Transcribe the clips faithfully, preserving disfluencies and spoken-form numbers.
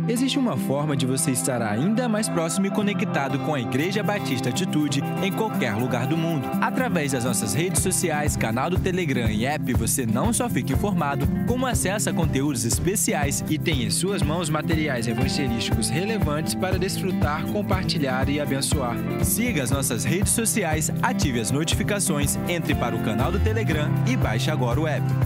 Existe uma forma de você estar ainda mais próximo e conectado com a Igreja Batista Atitude em qualquer lugar do mundo. Através das nossas redes sociais, canal do Telegram e app, você não só fica informado, como acessa conteúdos especiais e tem em suas mãos materiais evangelísticos relevantes para desfrutar, compartilhar e abençoar. Siga as nossas redes sociais, ative as notificações, entre para o canal do Telegram e baixe agora o app.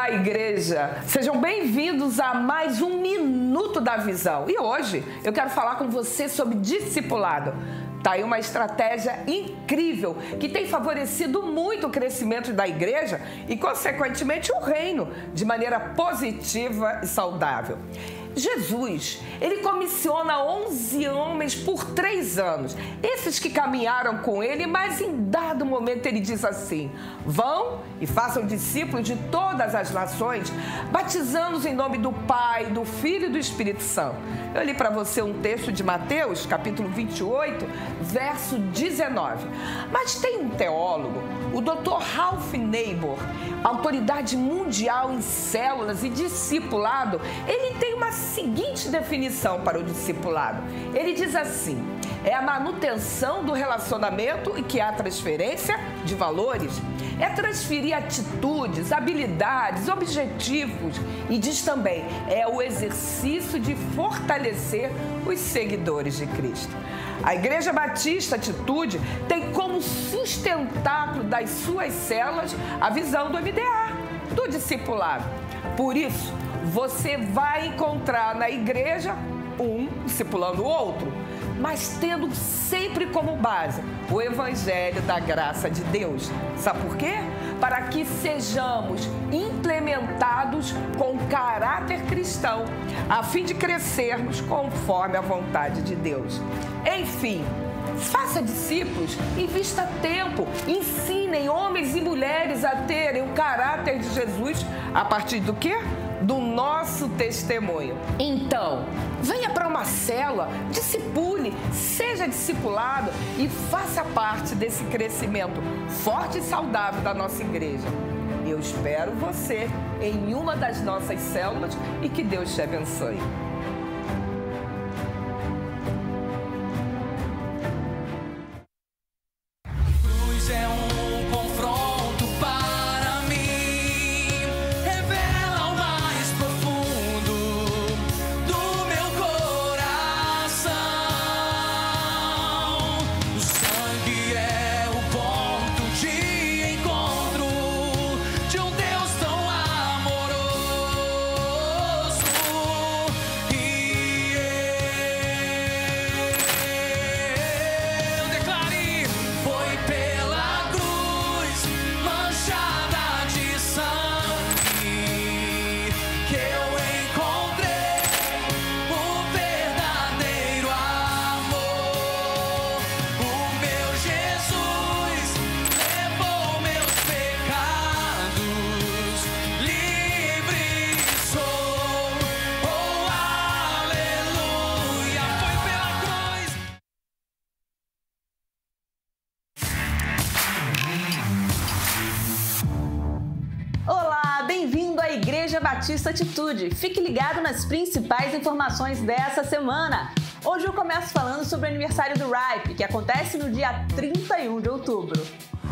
Olá, igreja! Sejam bem-vindos a mais um Minuto da Visão. E hoje eu quero falar com você sobre discipulado. Tá aí uma estratégia incrível que tem favorecido muito o crescimento da igreja e, consequentemente, o reino de maneira positiva e saudável. Jesus, ele comissiona onze homens por três anos. Esses que caminharam com ele, mas em dado momento ele diz assim: vão e façam discípulos de todas as nações, batizando-os em nome do Pai, do Filho e do Espírito Santo. Eu li para você um texto de Mateus, capítulo vinte e oito, verso dezenove. Mas tem um teólogo, o doutor Ralph Neighbor, autoridade mundial em células e discipulado, ele tem uma seguinte definição para o discipulado. Ele diz assim: é a manutenção do relacionamento e que há transferência de valores. É transferir atitudes, habilidades, objetivos. E diz também, é o exercício de fortalecer os seguidores de Cristo. A Igreja Batista Atitude tem como sustentáculo das suas células a visão do M D A, do discipulado. Por isso, você vai encontrar na igreja um discipulando o outro, mas tendo sempre como base o Evangelho da graça de Deus. Sabe por quê? Para que sejamos implementados com caráter cristão, a fim de crescermos conforme a vontade de Deus. Enfim, faça discípulos, invista tempo, ensinem homens e mulheres a terem o caráter de Jesus a partir do quê? Do nosso testemunho. Então, venha para uma célula, discipule, seja discipulado e faça parte desse crescimento forte e saudável da nossa igreja. Eu espero você em uma das nossas células e que Deus te abençoe. Igreja Batista Atitude. Fique ligado nas principais informações dessa semana. Hoje eu começo falando sobre o aniversário do Ripe, que acontece no dia trinta e um de outubro.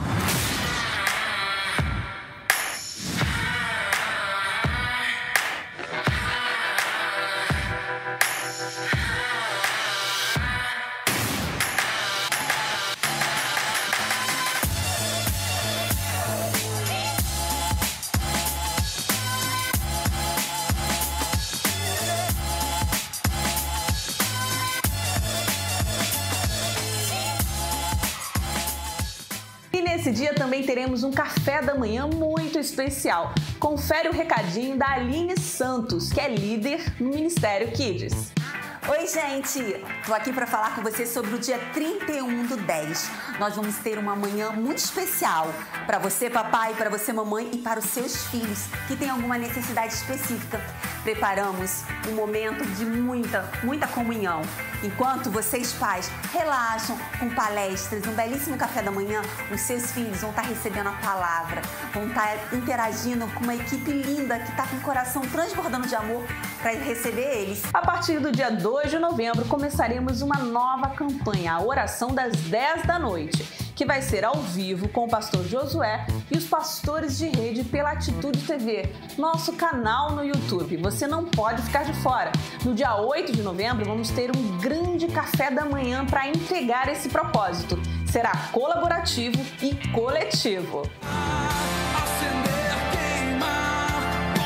Nesse dia também teremos um café da manhã muito especial. Confere o recadinho da Aline Santos, que é líder no Ministério Kids. Oi, gente! Tô aqui para falar com você sobre o dia trinta e um do dez. Nós vamos ter uma manhã muito especial para você, papai, para você, mamãe e para os seus filhos que têm alguma necessidade específica. Preparamos um momento de muita, muita comunhão. Enquanto vocês, pais, relaxam com palestras, um belíssimo café da manhã, os seus filhos vão estar recebendo a palavra, vão estar interagindo com uma equipe linda que está com o coração transbordando de amor para receber eles. A partir do dia dois de novembro, começaremos uma nova campanha, a oração das dez da noite, que vai ser ao vivo com o pastor Josué e os pastores de rede pela Atitude T V, nosso canal no YouTube. Você não pode ficar de fora. No dia oito de novembro, vamos ter um grande café da manhã para entregar esse propósito. Será colaborativo e coletivo. Acender, queimar,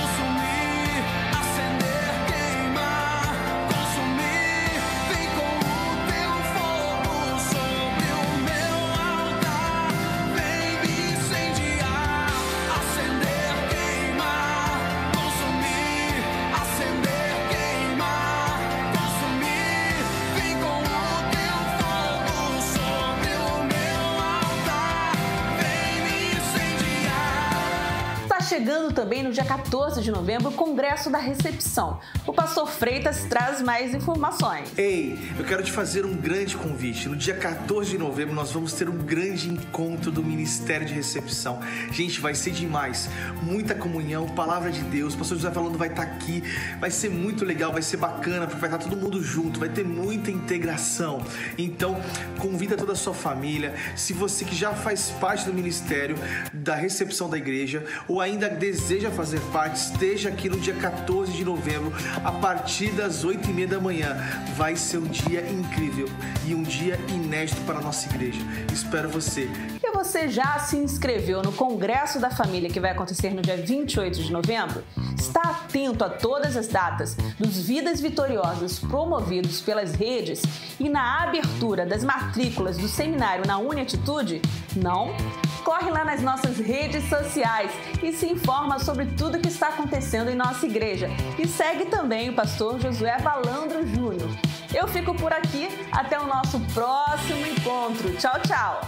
também no dia quatorze de novembro o Congresso da Recepção. O pastor Freitas traz mais informações. Ei, eu quero te fazer um grande convite. No dia quatorze de novembro nós vamos ter um grande encontro do Ministério de Recepção. Gente, vai ser demais. Muita comunhão, palavra de Deus. O pastor José falando vai estar aqui. Vai ser muito legal, vai ser bacana, porque vai estar todo mundo junto, vai ter muita integração. Então, convida toda a sua família. Se você que já faz parte do Ministério da Recepção da Igreja ou ainda deseja fazer parte, esteja aqui no dia quatorze de novembro, a partir das oito e meia da manhã. Vai ser um dia incrível e um dia inédito para a nossa igreja. Espero você. E você já se inscreveu no Congresso da Família que vai acontecer no dia vinte e oito de novembro? Está atento a todas as datas dos Vidas Vitoriosas promovidos pelas redes e na abertura das matrículas do seminário na UniAtitude? Não? Corre lá nas nossas redes sociais e se informa sobre tudo que está acontecendo em nossa igreja. E segue também o pastor Josué Valandro Júnior. Eu fico por aqui, até o nosso próximo encontro. Tchau, tchau!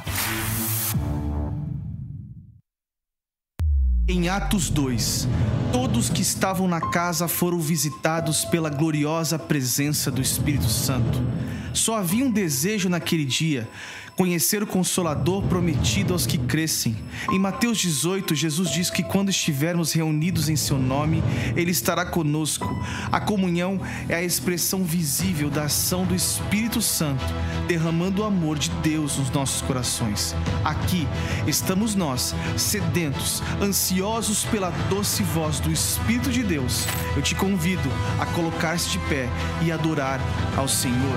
Em Atos dois, todos que estavam na casa foram visitados pela gloriosa presença do Espírito Santo. Só havia um desejo naquele dia: conhecer o Consolador prometido aos que crescem. Em Mateus dezoito, Jesus diz que quando estivermos reunidos em seu nome, Ele estará conosco. A comunhão é a expressão visível da ação do Espírito Santo, derramando o amor de Deus nos nossos corações. Aqui estamos nós, sedentos, ansiosos pela doce voz do Espírito de Deus. Eu te convido a colocar-se de pé e adorar ao Senhor.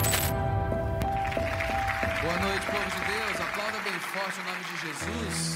Boa noite, povo de Deus. Aplauda bem forte o nome de Jesus.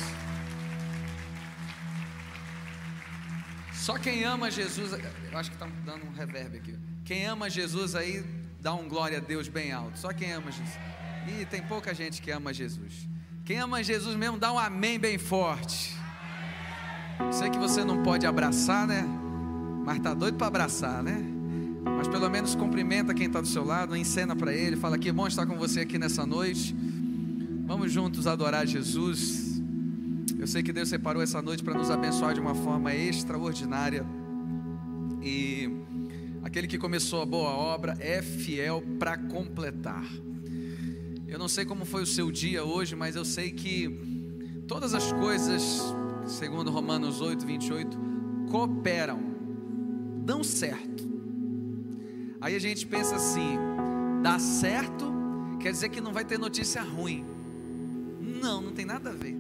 Só quem ama Jesus, eu acho que está dando um reverb aqui. Quem ama Jesus aí, dá um glória a Deus bem alto. Só quem ama Jesus. Ih, tem pouca gente que ama Jesus. Quem ama Jesus mesmo, dá um amém bem forte. Sei que você não pode abraçar, né? Mas tá doido para abraçar, né? Mas pelo menos cumprimenta quem está do seu lado, encena para ele, fala que bom estar com você aqui nessa noite. Vamos juntos adorar Jesus. Eu sei que Deus separou essa noite para nos abençoar de uma forma extraordinária. E aquele que começou a boa obra é fiel para completar. Eu não sei como foi o seu dia hoje, mas eu sei que todas as coisas, segundo Romanos oito, vinte e oito, cooperam, dão certo. Aí a gente pensa assim: dá certo quer dizer que não vai ter notícia ruim. Não, não tem nada a ver.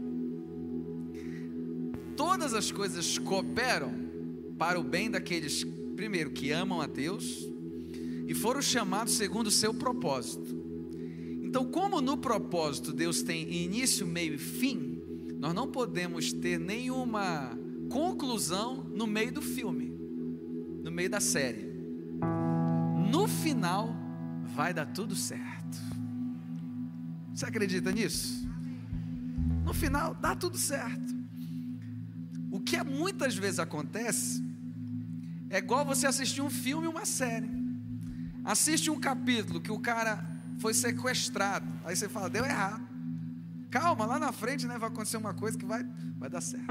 Todas as coisas cooperam para o bem daqueles, primeiro, que amam a Deus e foram chamados segundo o seu propósito. Então, como no propósito Deus tem início, meio e fim, nós não podemos ter nenhuma conclusão no meio do filme, no meio da série. No final vai dar tudo certo. Você acredita nisso? No final dá tudo certo. O que muitas vezes acontece é igual você assistir um filme, uma série. Assiste um capítulo que o cara foi sequestrado, aí você fala, deu errado. Calma, lá na frente, né, vai acontecer uma coisa que vai, vai dar certo.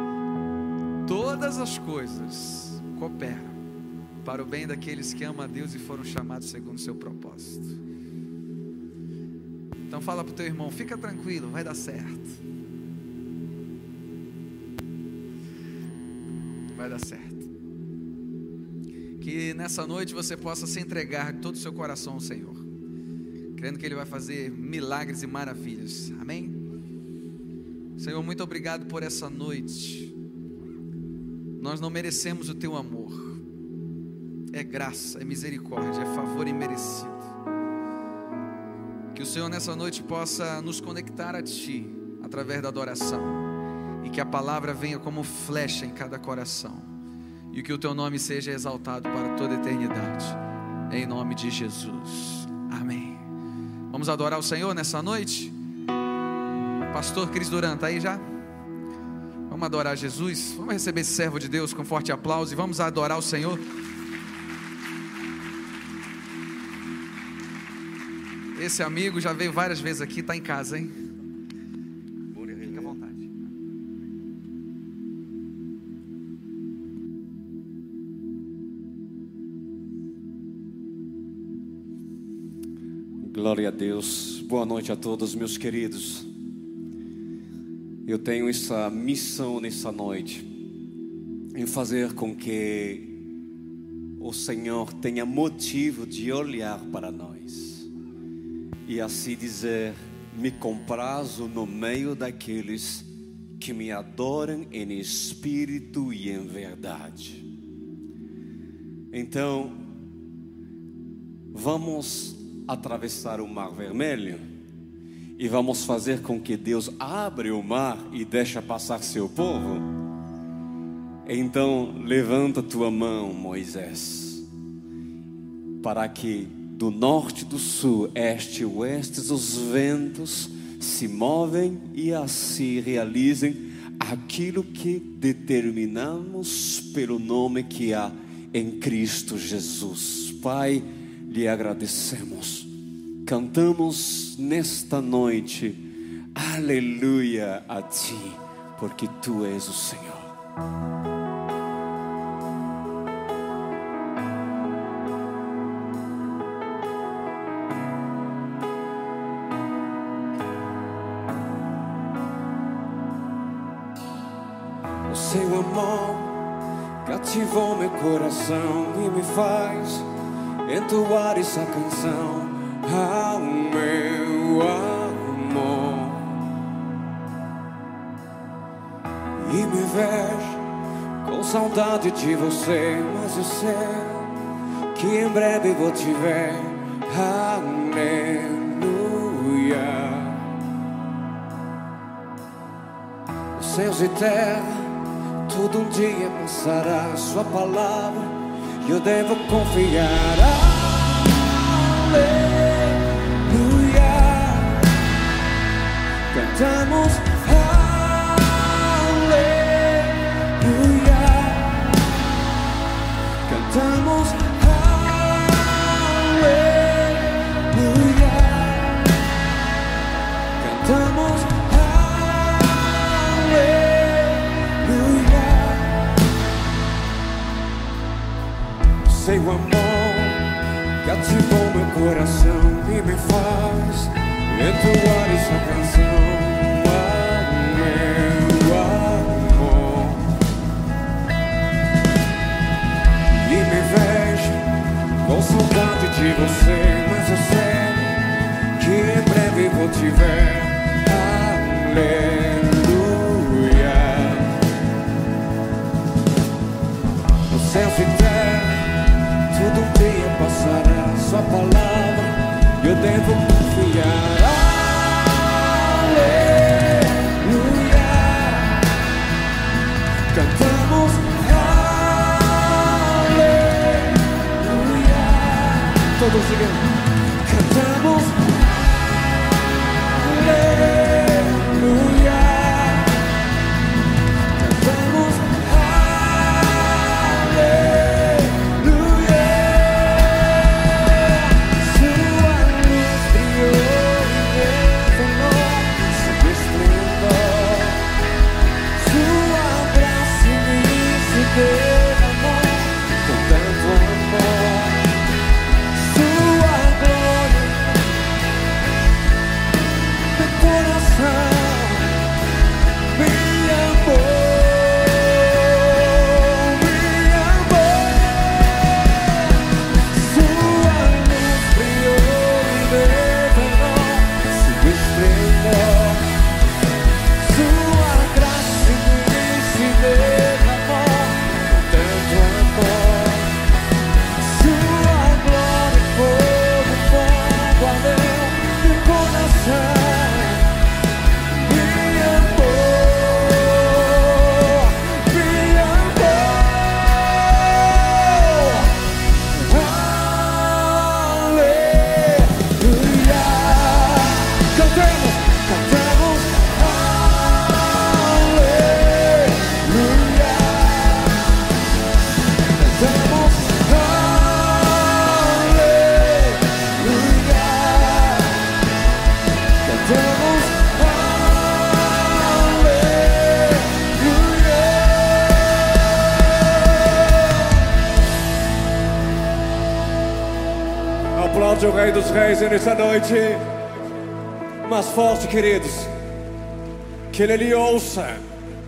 Todas as coisas cooperam para o bem daqueles que amam a Deus e foram chamados segundo o seu propósito. Então fala para o teu irmão, fica tranquilo, vai dar certo. Vai dar certo. Que nessa noite você possa se entregar todo o seu coração ao Senhor, crendo que Ele vai fazer milagres e maravilhas. Amém? Senhor, muito obrigado por essa noite. Nós não merecemos o Teu amor. É graça, é misericórdia, é favor imerecido. Que o Senhor nessa noite possa nos conectar a Ti através da adoração, e que a palavra venha como flecha em cada coração, e que o Teu nome seja exaltado para toda a eternidade, em nome de Jesus, amém. Vamos adorar o Senhor nessa noite? Pastor Cris Duran, está aí já? Vamos adorar Jesus, vamos receber esse servo de Deus com forte aplauso, e vamos adorar o Senhor. Esse amigo já veio várias vezes aqui, está em casa, hein? Fica à vontade. Glória a Deus. Boa noite a todos, meus queridos. Eu tenho essa missão nessa noite, em fazer com que o Senhor tenha motivo de olhar para nós e assim dizer: me comprazo no meio daqueles que me adoram em espírito e em verdade. Então, vamos atravessar o Mar Vermelho e vamos fazer com que Deus abra o mar e deixe passar seu povo. Então, levanta tua mão, Moisés, para que do norte, do sul, este e oeste, os ventos se movem e assim realizem aquilo que determinamos pelo nome que há em Cristo Jesus. Pai, lhe agradecemos. Cantamos nesta noite, aleluia a Ti, porque Tu és o Senhor. O Seu amor cativou meu coração e me faz entoar essa canção ao meu amor. E me vejo com saudade de você, mas eu sei que em breve vou te ver. Aleluia. Os céus e terra, tudo um dia passará. Sua palavra eu devo confiar. Aleluia. Cantamos aleluia. Cantamos aleluia. Cantamos aleluia. Seu amor cativou meu coração e me faz entoar essa canção. Com saudade de você, mas eu sei que em breve vou te ver. Aleluia. Os céus e terra, tudo um dia passará. Sua palavra eu devo confiar. Aleluia. Cantamos todos digam, cantamos aleluia. Cantamos aleluia. Sua luz brilhou e retornou seu esplendor. Sua graça imensa derramou com tanto amor. Aplaude o Rei dos Reis nessa noite. Mais forte, queridos. Que Ele lhe ouça.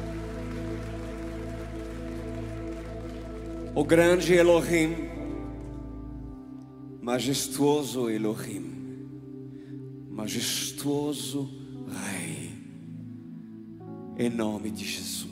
O grande Elohim, majestuoso Elohim, majestuoso Rei, em nome de Jesus.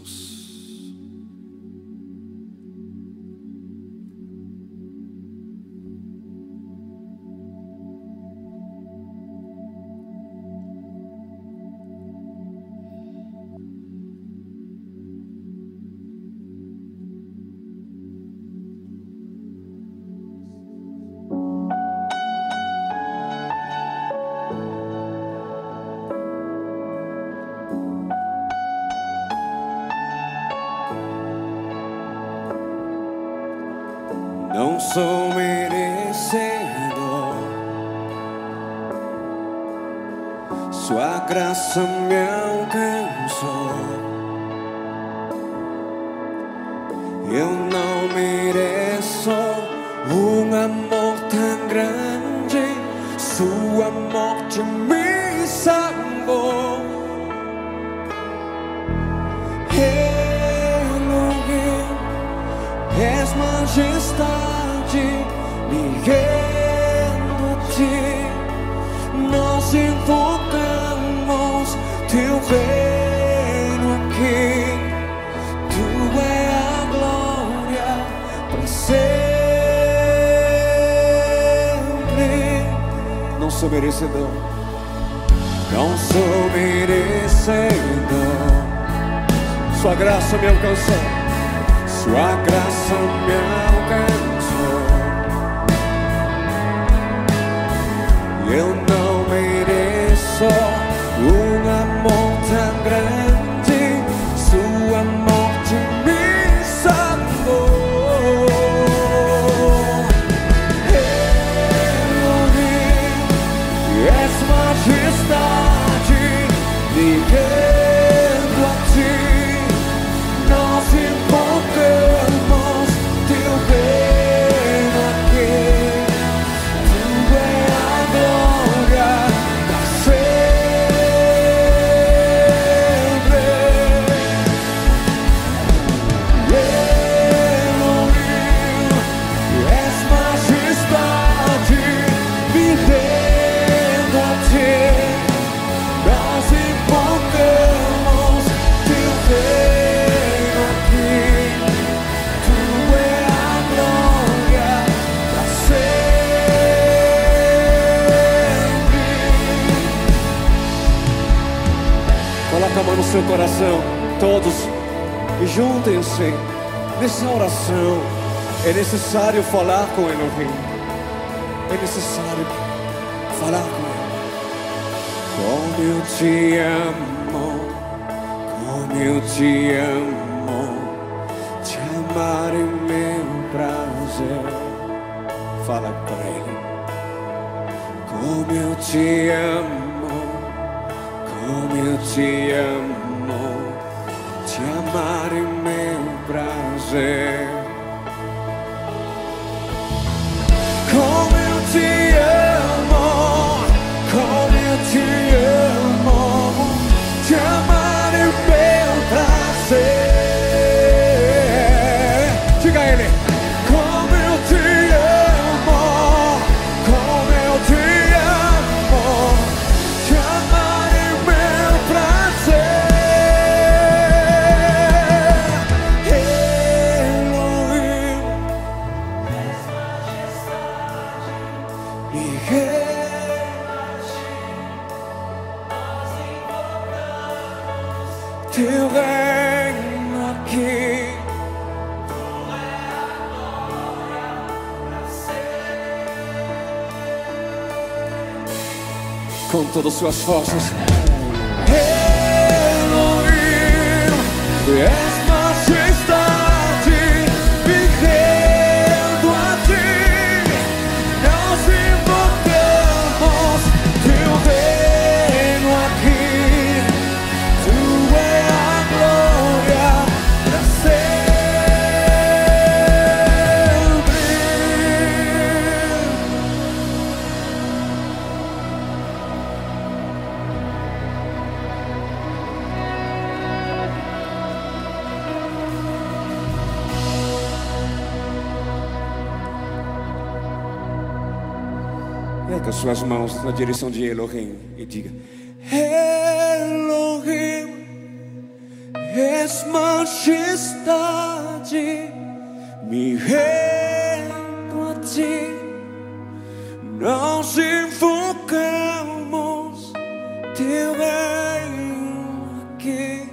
Não sou merecedor, Sua graça me alcançou. Eu não mereço um amor tão grande, Sua morte me salvou. Elohim, és majestade, me rendo a Ti. Nós invocamos Teu reino aqui. Tu é a glória para sempre. Não sou merecedor, não sou merecedor. Sua graça me alcançou. Sua graça me alcançou. Eu não mereço um amor tão grande, Sua morte me salvou. Elohim, és majestade, me rendo a Ti. Nós invocamos Teu reino aqui. Tu é a glória para sempre. Elohim, és majestade, me rendo a Ti. Nós invocamos Teu reino aqui. Tu é a glória para sempre. Coloca a mão no seu coração, todos, e juntem-se nessa oração. É necessário falar com Elohim. É necessário falar com Ele. Como eu te amo, como eu te amo, te amar é meu prazer. Fala para Ele. Como eu te amo, como eu te amo, te amar é meu prazer. Como eu te amo, como eu te amo, te amar é meu prazer. Diga a Ele. Como eu te amo, como eu te amo, te amar é meu prazer. Elohim, me Teu reino aqui. Com todas as suas forças. Elohim, és majestade, me rendo a Ti. Nós invocamos Teu reino aqui. Tu é a glória para sempre. Erga suas mãos na direção de Elohim e diga: Elohim, és majestade, me rendo a ti. Nós invocamos teu reino aqui.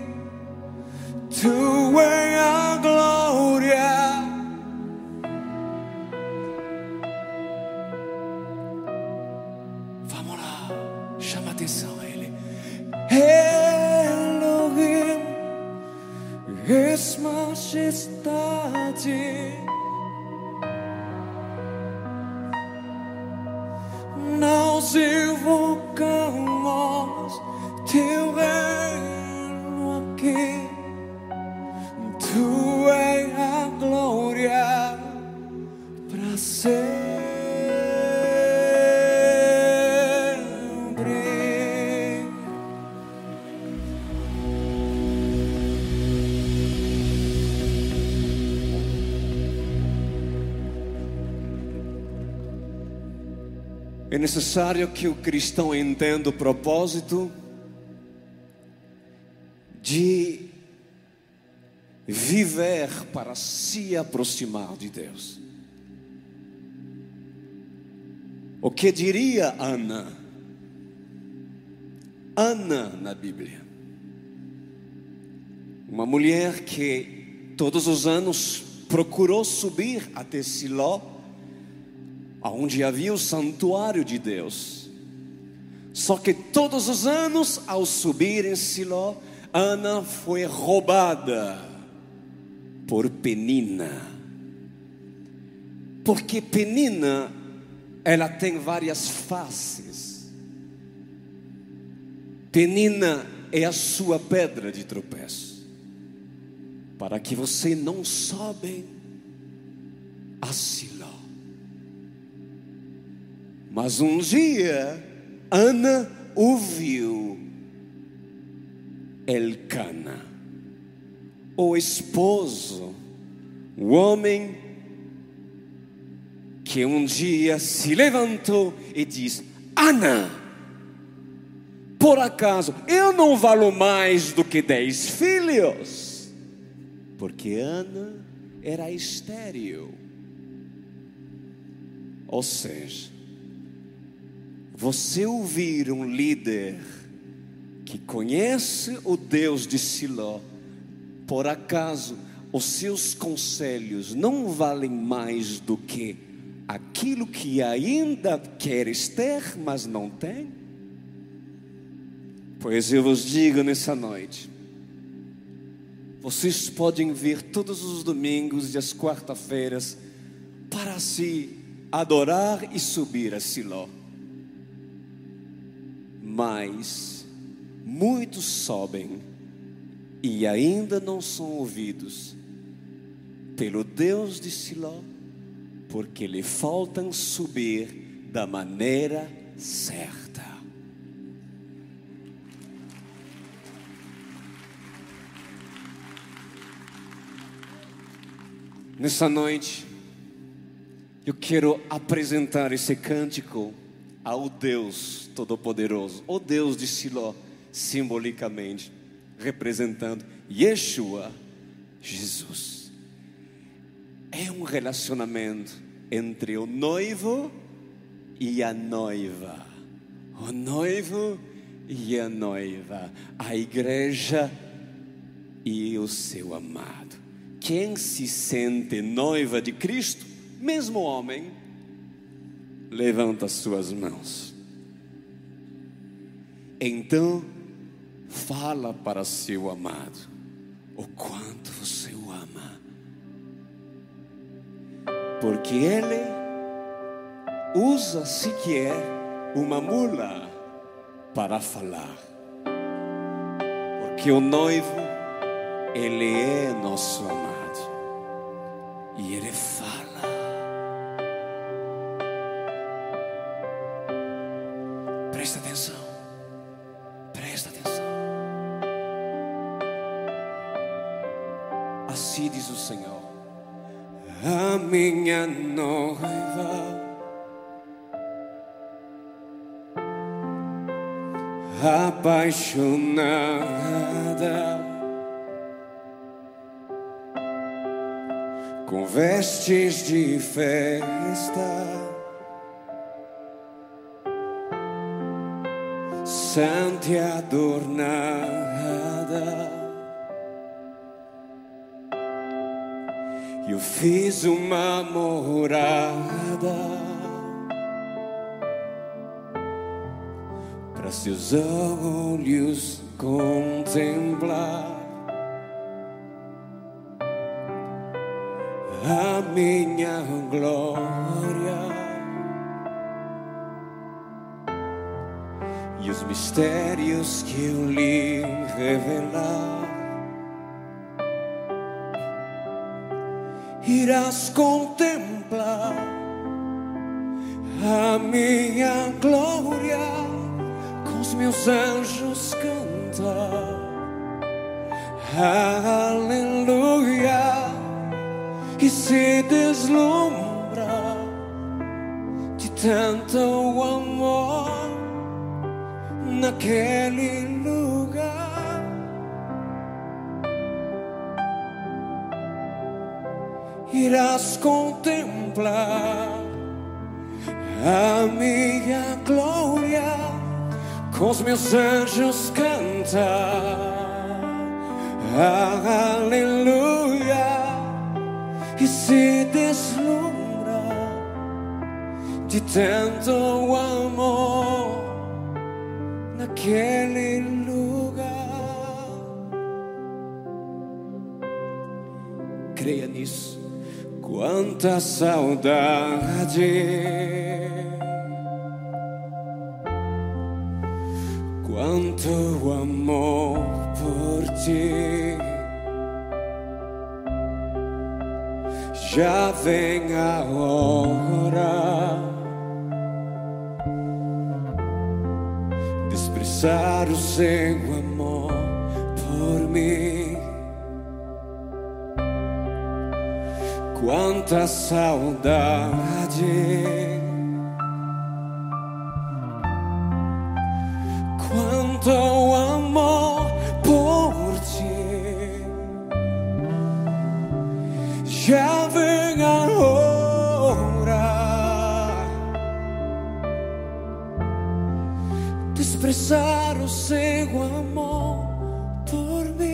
Tu é a glória. Vamos lá, chama a atenção a ele. Elohim, és majestade. Nós invocamos teu reino aqui. Tu é a glória para sempre. É necessário que o cristão entenda o propósito de viver para se aproximar de Deus. O que diria Ana? Ana na Bíblia, uma mulher que todos os anos procurou subir até Siló, onde havia o santuário de Deus. Só que todos os anos, ao subir em Siló, Ana foi roubada por Penina. Porque Penina, ela tem várias faces. Penina é a sua pedra de tropeço, para que você não sobe a Siló. Mas um dia, Ana ouviu Elcana, o esposo, o homem que um dia se levantou e disse: Ana, por acaso eu não valo mais do que dez filhos? Porque Ana era estéril. Ou seja, você ouvir um líder que conhece o Deus de Siló, por acaso os seus conselhos não valem mais do que aquilo que ainda queres ter, mas não tem? Pois eu vos digo nessa noite, vocês podem vir todos os domingos e as quarta-feiras para se adorar e subir a Siló. Mas muitos sobem e ainda não são ouvidos pelo Deus de Siló, porque lhe faltam subir da maneira certa. Nessa noite, eu quero apresentar esse cântico ao Deus Todo-Poderoso, o Deus de Siló, simbolicamente representando Yeshua, Jesus. É um relacionamento entre o noivo e a noiva, o noivo e a noiva, a igreja e o seu amado. Quem se sente noiva de Cristo, mesmo homem, levanta suas mãos. Então, fala para seu amado o quanto você o ama, porque ele usa sequer uma mula para falar, porque o noivo, ele é nosso amado e ele fala. Presta atenção, presta atenção. Assim diz o Senhor: a minha noiva apaixonada, com vestes de festa, santa e adornada. Eu fiz uma morada para seus olhos contemplar a minha glória e os mistérios que eu lhe revelar. Irás contemplar a minha glória, com os meus anjos cantar aleluia, e se deslumbra de tanto amor naquele lugar. Irás contemplar a minha glória, com os meus anjos cantar aleluia, e se deslumbra de tanto amor naquele lugar. Creia nisso. Quanta saudade, quanto amor por ti. Já vem a hora de expressar o seu amor por mim. Quanta saudade, quanto amor por ti. Já vem a hora de expressar o seu amor por mim.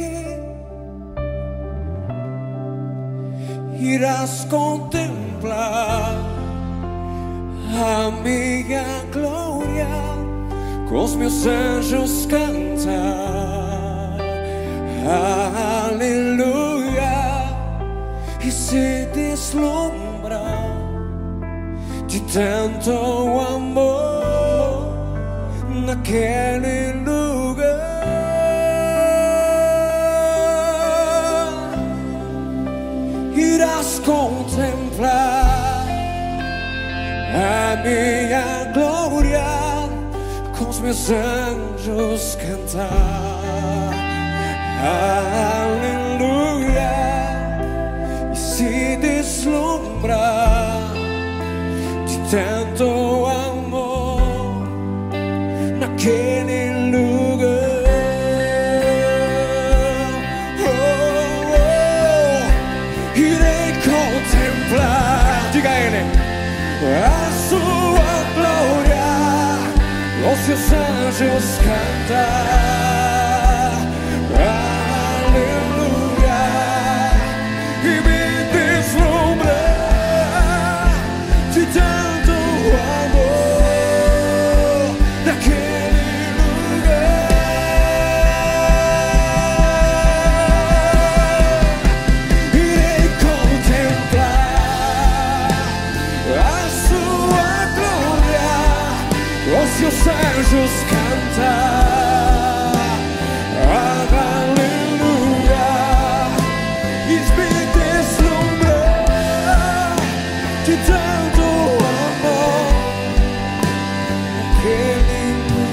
Irás contemplar a minha glória, com os meus anjos cantar aleluia, e se deslumbra de tanto amor naquele lugar. Irás contemplar a minha glória, com os meus anjos cantar aleluia, e se deslumbrar de tanto amor naquele lugar. Diga a Ele a sua glória, os seus anjos cantar aleluia, e me deslumbrar de tanto amor naquele lugar. Irei contemplar os seus anjos cantar aleluia, e me deslumbrar de tanto amor naquele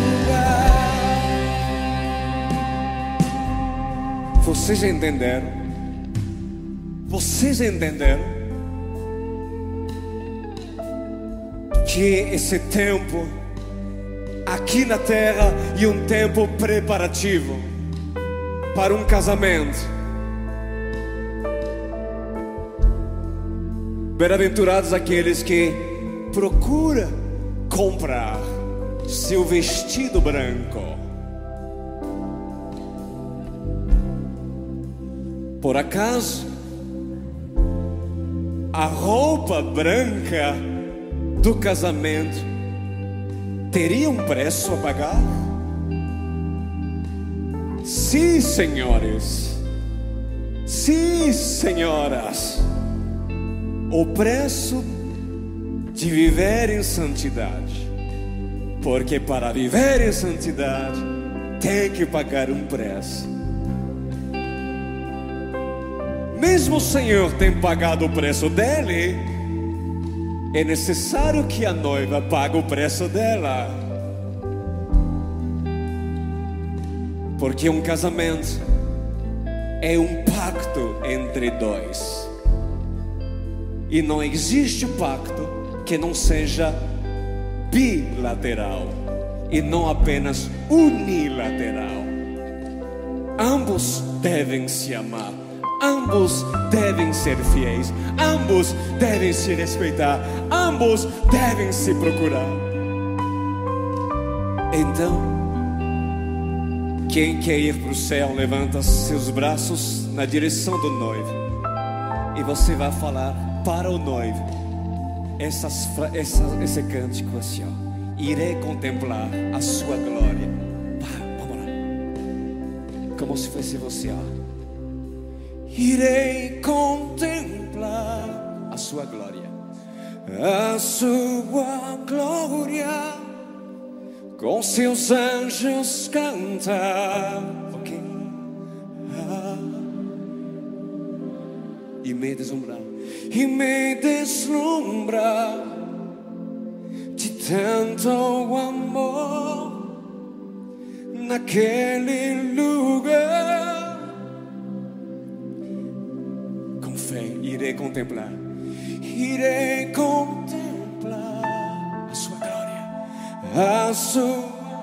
lugar. Vocês entenderam? Vocês entenderam que esse tempo aqui na terra e um tempo preparativo para um casamento. Bem-aventurados aqueles que procuram comprar seu vestido branco. Por acaso, a roupa branca do casamento teria um preço a pagar? Sim, senhores. Sim, senhoras. O preço de viver em santidade. Porque para viver em santidade tem que pagar um preço. Mesmo o Senhor tem pagado o preço dele, é necessário que a noiva pague o preço dela. Porque um casamento é um pacto entre dois. E não existe pacto que não seja bilateral e não apenas unilateral. Ambos devem se amar. Ambos devem ser fiéis, ambos devem se respeitar, ambos devem se procurar. Então, quem quer ir para o céu, levanta seus braços na direção do noivo. E você vai falar para o noivo essas, essa, esse cântico assim, ó. Irei contemplar a sua glória. Vai, vamos lá. Como se fosse você, ó. Irei contemplar a sua glória, a sua glória, com seus anjos cantar, ok? Ah, e me deslumbrar, e me deslumbrar de tanto amor naquele lugar. Irei contemplar, irei contemplar a sua glória, a sua,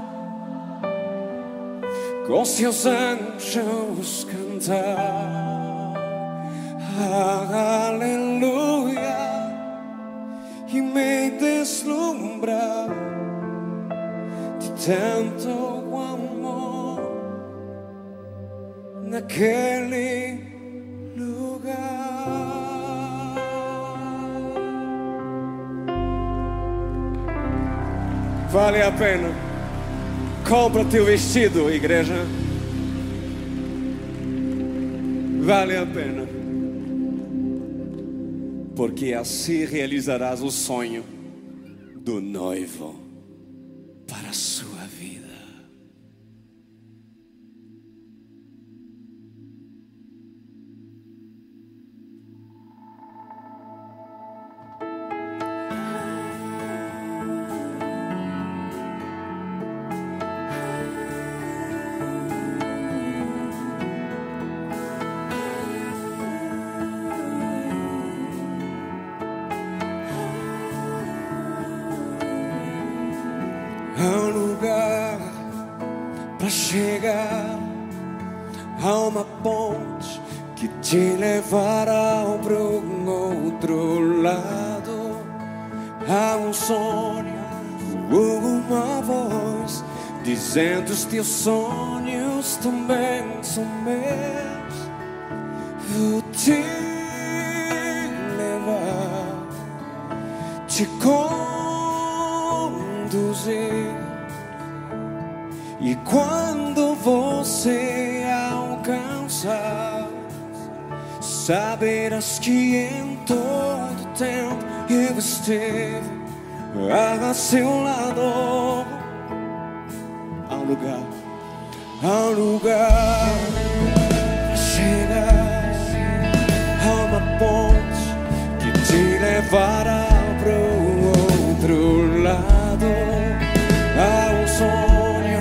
com seus anjos cantar, aleluia, e me deslumbrar de tanto amor naquele lugar. Vale a pena. Compra teu vestido, igreja. Vale a pena. Porque assim realizarás o sonho do noivo para a sua vida. Para chegar a uma ponte que te levará para um outro lado. Há um sonho, uma voz dizendo: os teus sonhos também são meus. Vou te levar, te conduzir. E quando você alcançar, saberás que em todo tempo eu esteve a seu lado. Há um lugar, há um lugar para chegar a uma ponte que te levará para o outro lado. Há um sonho,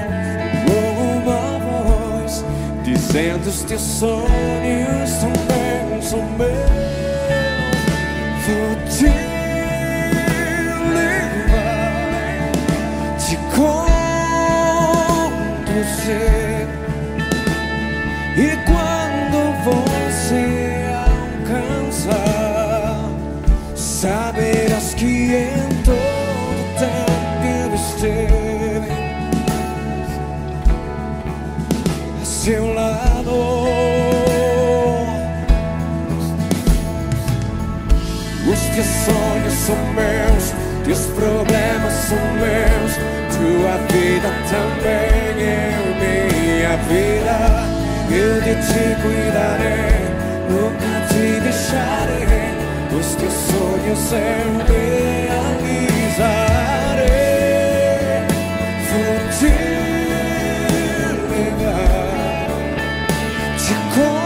dizendo: os teus sonhos também são meus. Vou te levar, te conduzir. problemas são meus, tua vida também é minha vida. Eu de ti cuidarei, nunca te deixarei. Os teus sonhos eu realizarei. Vou te levar, te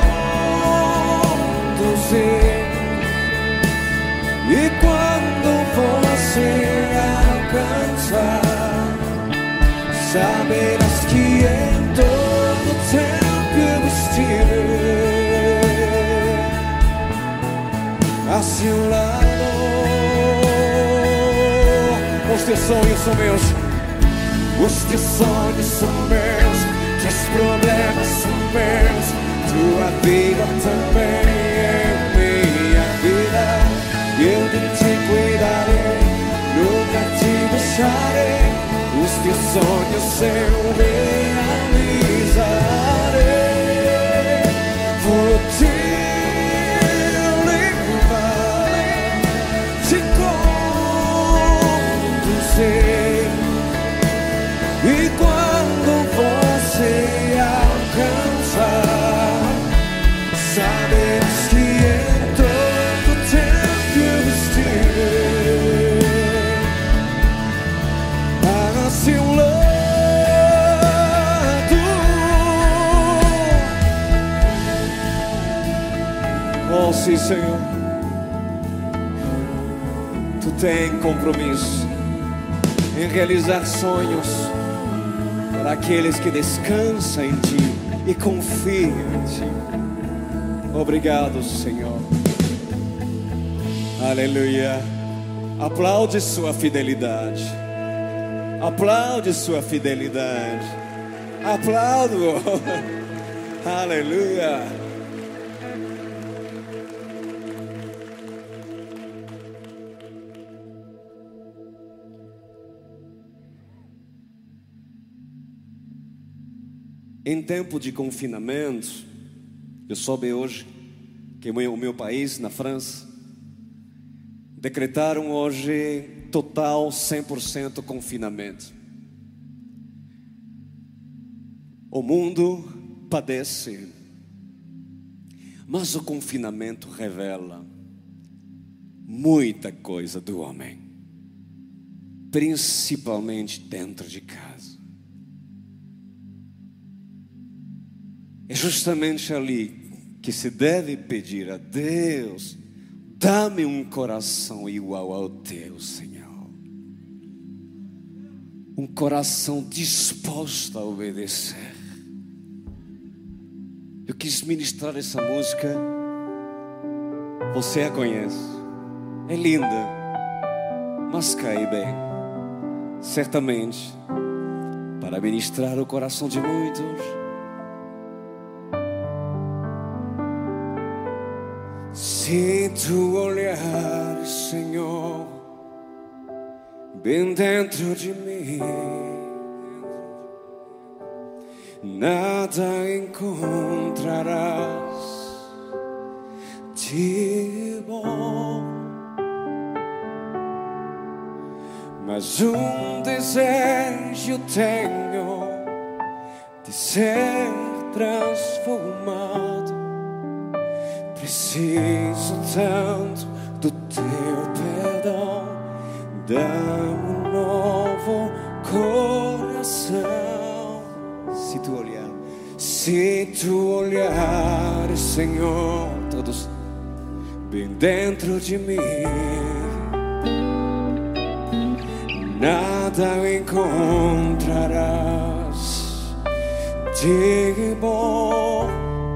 conduzir. E quando você alcançar, saberás que em todo tempo eu estive a seu lado. Os teus sonhos são meus, os teus sonhos são meus, teus problemas são meus, tua vida também é minha vida. Eu de ti cuidarei, nunca te deixarei. Os teus sonhos eu realizarei. Vou te levar, te conduzir. E quando você alcançar, saberás que em todo tempo eu estive a seu lado. Oh, sim, Senhor, tu tens compromisso em realizar sonhos para aqueles que descansam em ti e confiam em ti. Obrigado, Senhor. Aleluia. Aplaude sua fidelidade. Aplaude sua fidelidade. Aplaudo. Aleluia. Em tempo de confinamento, eu soube hoje que o meu, o meu país, na França, decretaram hoje total cem por cento confinamento. O mundo padece, mas o confinamento revela muita coisa do homem, principalmente dentro de casa. É justamente ali que se deve pedir a Deus: dá-me um coração igual ao teu, Senhor. Um coração disposto a obedecer. Eu quis ministrar essa música. Você a conhece. É linda, mas cai bem, certamente, para ministrar o coração de muitos. Sinto o olhar, Senhor, bem dentro de mim. Nada encontrarás de bom, mas um desejo tenho de ser transformado. Preciso tanto do teu perdão. Dá-me um novo coração. Se tu olhar, se tu olhar, Senhor, todos bem dentro de mim, nada encontrarás de bom,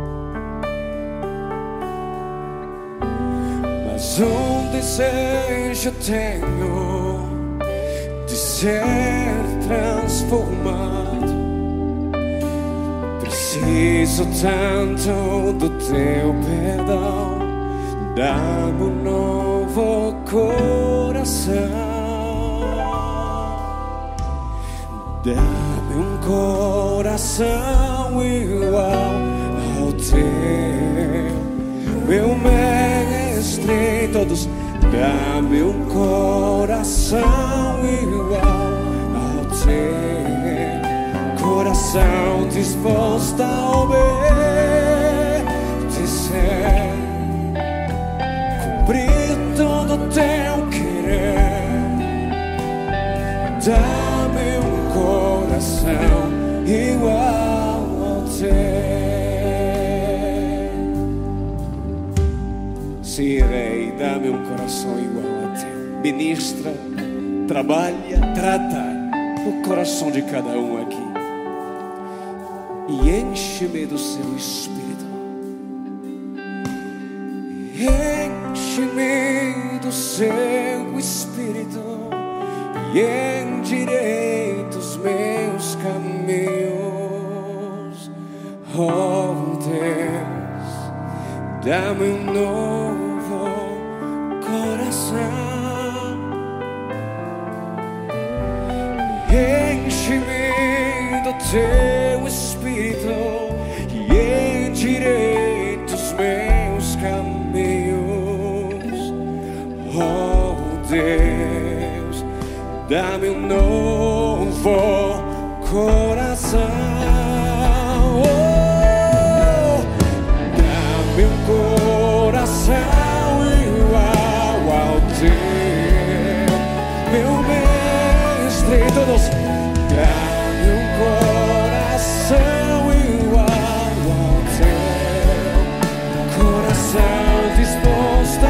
mas um desejo tenho de ser transformado. Preciso tanto do teu perdão. Dá-me um novo coração. Dá-me um coração igual ao teu, meu mestre. Todos, dá-me um coração igual ao teu, coração disposto a obedecer, cumprir todo o teu querer. Dá-me um coração igual ao teu. Sim, Rei, dá-me um coração igual ao teu. Ministra, trabalha, trata o coração de cada um aqui e enche-me do seu Espírito. Enche-me do seu Espírito e endireita os meus caminhos. Oh Deus, dá-me um novo coração. Enche-me do teu Espírito e endireita os meus caminhos. Oh Deus, dá-me um novo coração. Oh, dá-me um coração igual ao teu, meu mestre. Todos, dá-me um coração igual ao teu, coração disposto a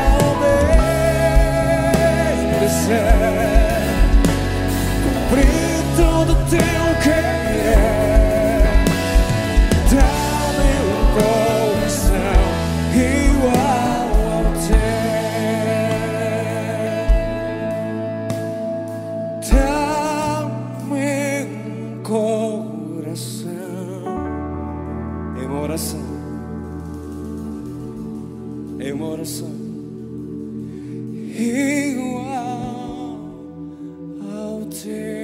obedecer, cumprir todo o teu querer. Dá-me um coração igual ao teu. Dá-me um coração. É uma oração. É uma oração igual ao teu.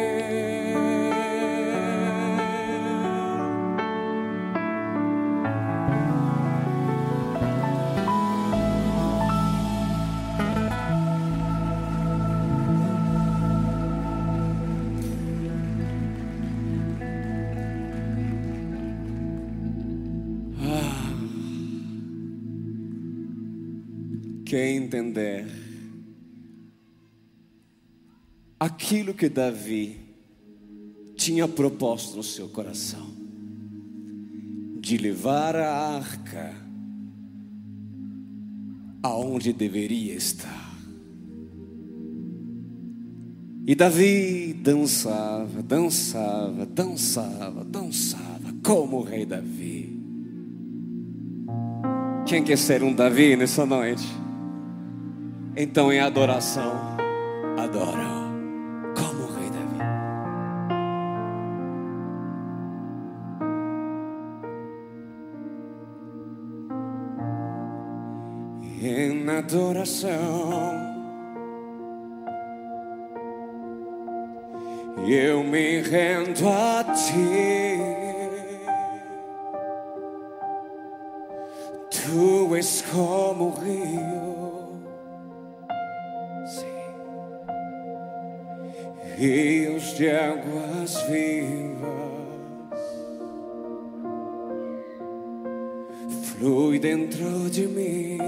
Ah, quem entender aquilo que Davi tinha proposto no seu coração, de levar a arca aonde deveria estar. E Davi dançava, dançava, dançava, dançava, como o rei Davi. Quem quer ser um Davi nessa noite? Então em adoração, adora como o rei Davi. Em adoração eu me rendo a ti. Tu és como o rio, sim, rios de águas vivas, flui dentro de mim.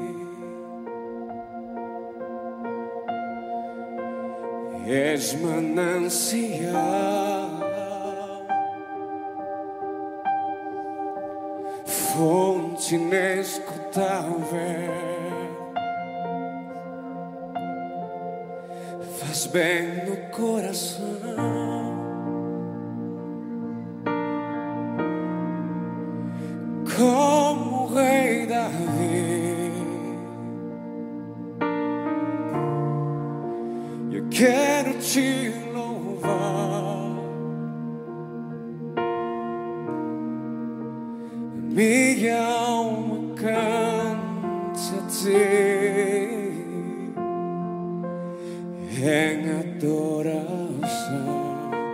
És manancial, fonte inesgotável, faz bem no coração, como o rei Davi. Eu quero te louvar, minha alma cante a ti em adoração.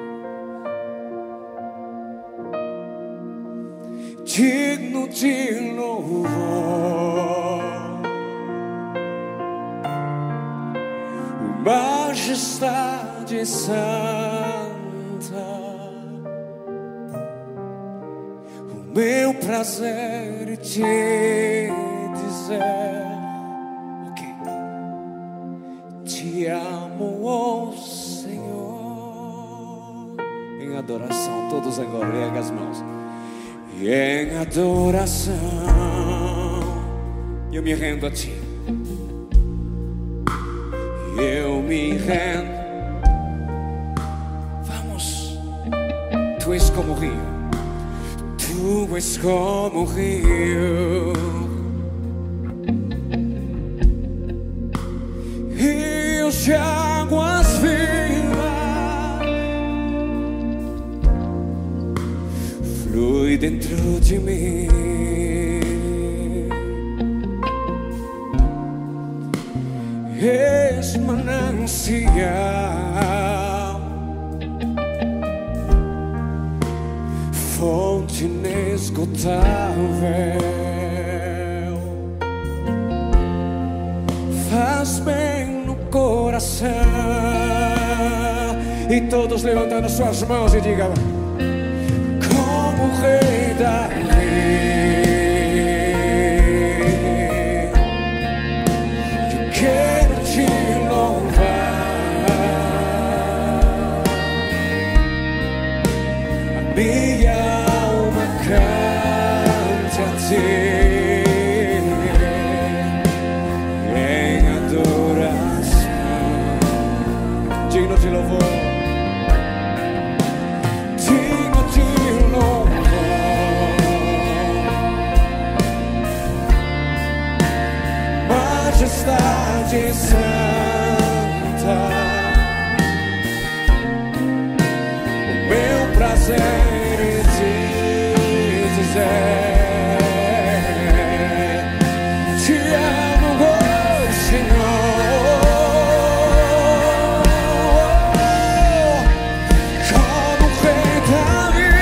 Digno de louvor, majestade majestade santa. O meu prazer é te dizer, ok, te amo, oh Senhor. Em adoração, todos agora erguem as mãos. E em adoração eu me rendo a ti. Eu me rendo. Vamos. Tu és como o rio. Tu és como o rio. Rios de águas vivas flui dentro de mim. És manancial, fonte inesgotável, faz bem no coração. E todos levantando suas mãos e digam: como o Rei Davi, quero te louvar. A minha alma canta a ti em adoração, digno de louvor, digno de louvor. Majestade santa, o meu prazer é te dizer, te amo, oh Senhor, como o Rei Davi.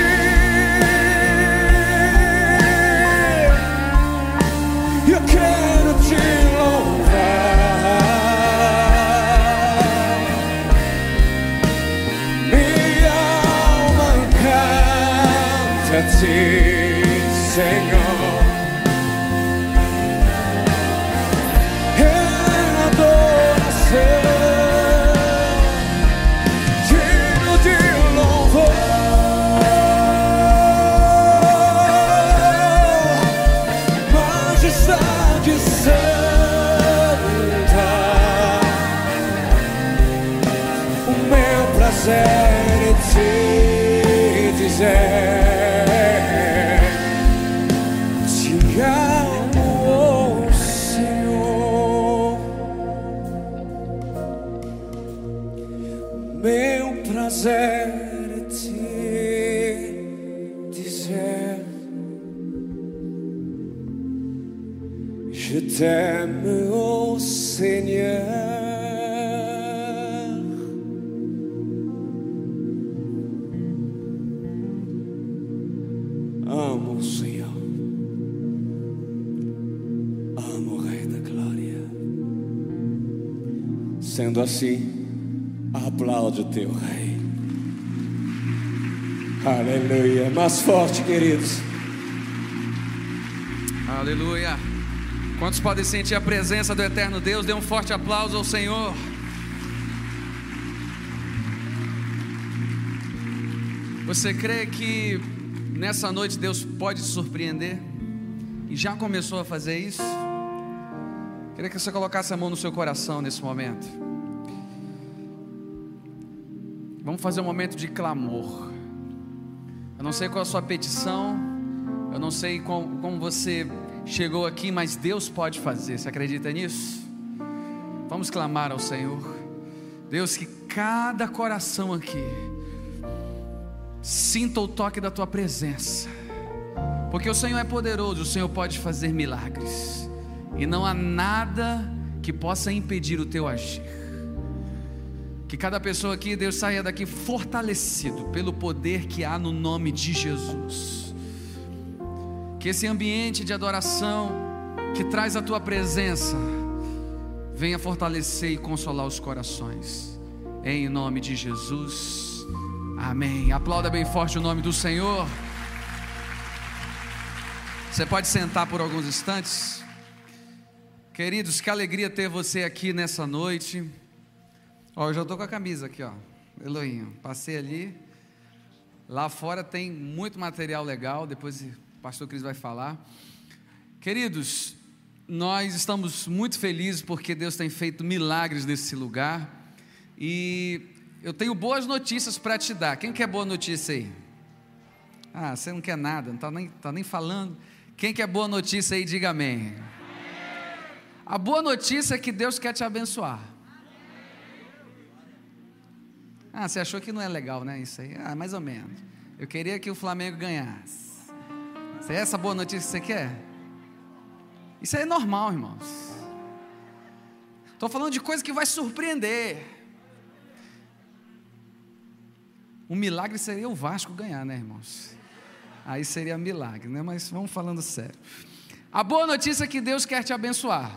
Eu quero te a ti, Senhor, em adoração, digno de louvor, majestade santa, o meu prazer é te dizer. Prazer é te dizer, je t'aime, oh Seigneur. Amo o Senhor, amo o Rei da Glória. Sendo assim, aplaude o teu Rei. Aleluia. Mais forte, queridos. Aleluia. Quantos podem sentir a presença do eterno Deus? Dê um forte aplauso ao Senhor. Você crê que nessa noite Deus pode te surpreender? E já começou a fazer isso? Queria que você colocasse a mão no seu coração nesse momento. Vamos fazer um momento de clamor. Eu não sei qual é a sua petição, eu não sei como, como você chegou aqui, mas Deus pode fazer. Você acredita nisso? Vamos clamar ao Senhor. Deus, que cada coração aqui sinta o toque da tua presença, porque o Senhor é poderoso, o Senhor pode fazer milagres, e não há nada que possa impedir o teu agir. Que cada pessoa aqui, Deus, saia daqui fortalecido pelo poder que há no nome de Jesus. Que esse ambiente de adoração que traz a tua presença venha fortalecer e consolar os corações. em nome de Jesus. Amém. Aplauda bem forte o nome do Senhor. Você pode sentar por alguns instantes. Queridos, que alegria ter você aqui nessa noite. Ó, eu já estou com a camisa aqui, ó. Elohim, passei ali. Lá fora tem muito material legal, depois o pastor Cris vai falar. Queridos, nós estamos muito felizes porque Deus tem feito milagres nesse lugar. E eu tenho boas notícias para te dar. Quem quer boa notícia aí? Ah, você não quer nada, não está nem, tá nem falando. Quem quer boa notícia aí, diga amém. A boa notícia é que Deus quer te abençoar. Ah, você achou que não é legal, né? Isso aí, ah, mais ou menos. Eu queria que o Flamengo ganhasse. Se é essa boa notícia que você quer? Isso aí é normal, irmãos. Estou falando de coisa que vai surpreender. Um milagre seria o Vasco ganhar, né, irmãos? Aí seria milagre, né? Mas vamos falando sério. A boa notícia é que Deus quer te abençoar.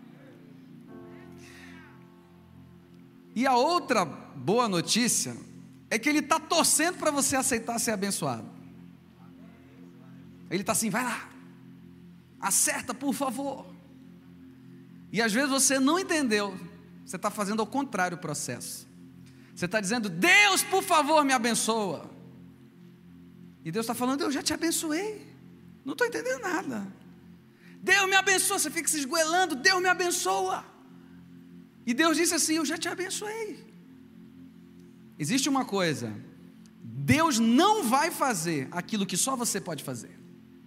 E a outra boa notícia é que Ele está torcendo para você aceitar ser abençoado. Ele está assim, vai lá, acerta por favor. E às vezes você não entendeu, você está fazendo ao contrário o processo. Você está dizendo, Deus por favor me abençoa. E Deus está falando, eu já te abençoei. Não estou entendendo nada. Deus me abençoa, você fica se esgoelando, Deus me abençoa. E Deus disse assim, eu já te abençoei. Existe uma coisa, Deus não vai fazer aquilo que só você pode fazer.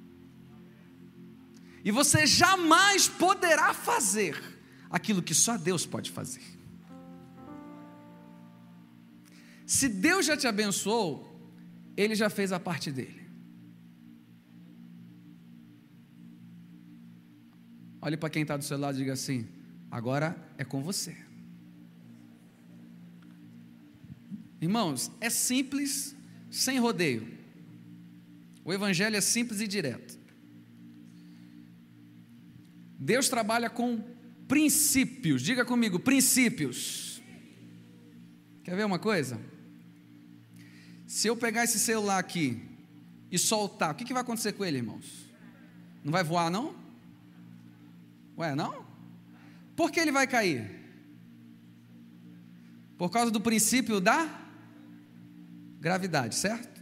E você jamais poderá fazer aquilo que só Deus pode fazer. Se Deus já te abençoou, Ele já fez a parte dele. Olhe para quem está do seu lado e diga assim, agora é com você. Irmãos, é simples, sem rodeio. O evangelho é simples e direto. Deus trabalha com princípios. Diga comigo, princípios. Quer ver uma coisa? Se eu pegar esse celular aqui e soltar, o que, que vai acontecer com ele, irmãos? Não vai voar, não? Ué, não? Por que ele vai cair? Por causa do princípio da gravidade, certo?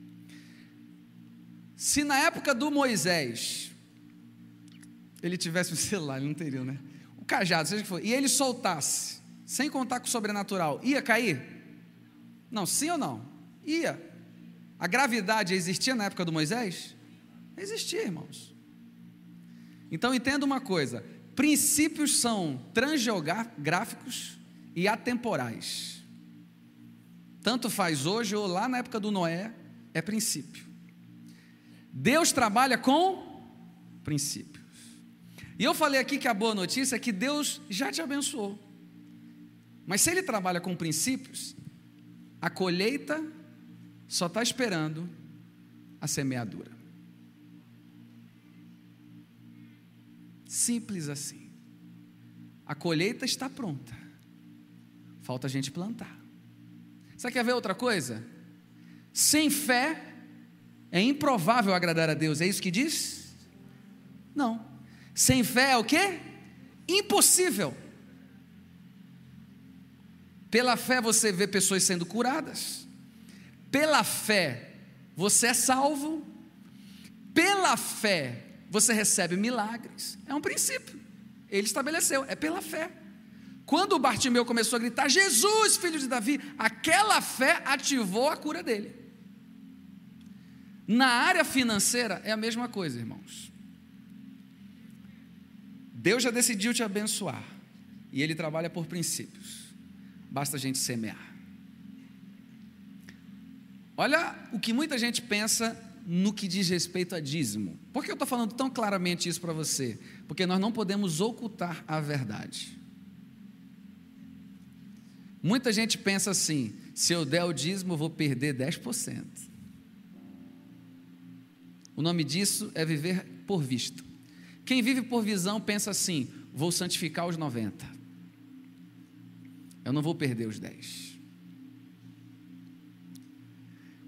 Se na época do Moisés ele tivesse um celular, ele não teria, né? O cajado, seja o que for, e ele soltasse, sem contar com o sobrenatural, ia cair? Não, sim ou não? Ia. A gravidade existia na época do Moisés? Existia, irmãos. Então entenda uma coisa, princípios são transgeográficos e atemporais. Tanto faz hoje ou lá na época do Noé, é princípio. Deus trabalha com princípios. E eu falei aqui que a boa notícia é que Deus já te abençoou. Mas se Ele trabalha com princípios, a colheita só está esperando a semeadura. Simples assim. A colheita está pronta. Falta a gente plantar. Você quer ver outra coisa? Sem fé é improvável agradar a Deus. É isso que diz? Não. Sem fé é o quê? Impossível. Pela fé você vê pessoas sendo curadas. Pela fé você é salvo. Pela fé você recebe milagres. É um princípio. Ele estabeleceu, é pela fé. Quando o Bartimeu começou a gritar, Jesus, filho de Davi, aquela fé ativou a cura dele. Na área financeira é a mesma coisa, irmãos. Deus já decidiu te abençoar. E Ele trabalha por princípios. Basta a gente semear. Olha o que muita gente pensa no que diz respeito a dízimo. Por que eu estou falando tão claramente isso para você? Porque nós não podemos ocultar a verdade. Muita gente pensa assim, se eu der o dízimo eu vou perder dez por cento. O nome disso é viver por vista. Quem vive por visão pensa assim, vou santificar os noventa. Eu não vou perder os dez.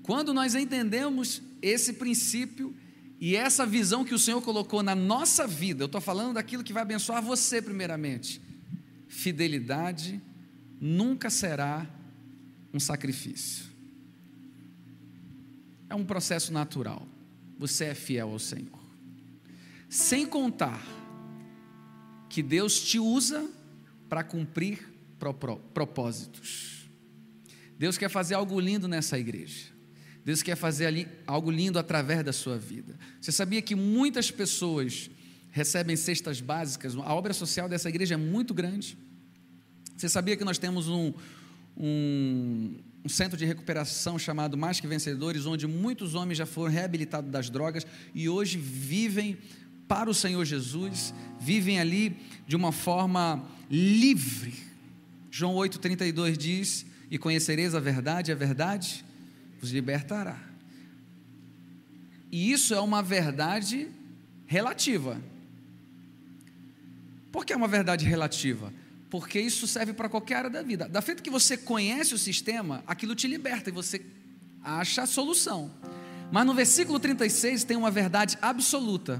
Quando nós entendemos esse princípio e essa visão que o Senhor colocou na nossa vida, eu estou falando daquilo que vai abençoar você primeiramente, fidelidade nunca será um sacrifício. É um processo natural. Você é fiel ao Senhor. Sem contar que Deus te usa para cumprir propósitos. Deus quer fazer algo lindo nessa igreja. Deus quer fazer ali algo lindo através da sua vida. Você sabia que muitas pessoas recebem cestas básicas? A obra social dessa igreja é muito grande. Você sabia que nós temos um, um, um centro de recuperação chamado Mais Que Vencedores, onde muitos homens já foram reabilitados das drogas e hoje vivem para o Senhor Jesus, vivem ali de uma forma livre. João oito, trinta e dois diz: e conhecereis a verdade, a verdade vos libertará. E isso é uma verdade relativa. Por que é uma verdade relativa? Porque isso serve para qualquer área da vida. Da feito que você conhece o sistema, aquilo te liberta e você acha a solução. Mas no versículo trinta e seis tem uma verdade absoluta: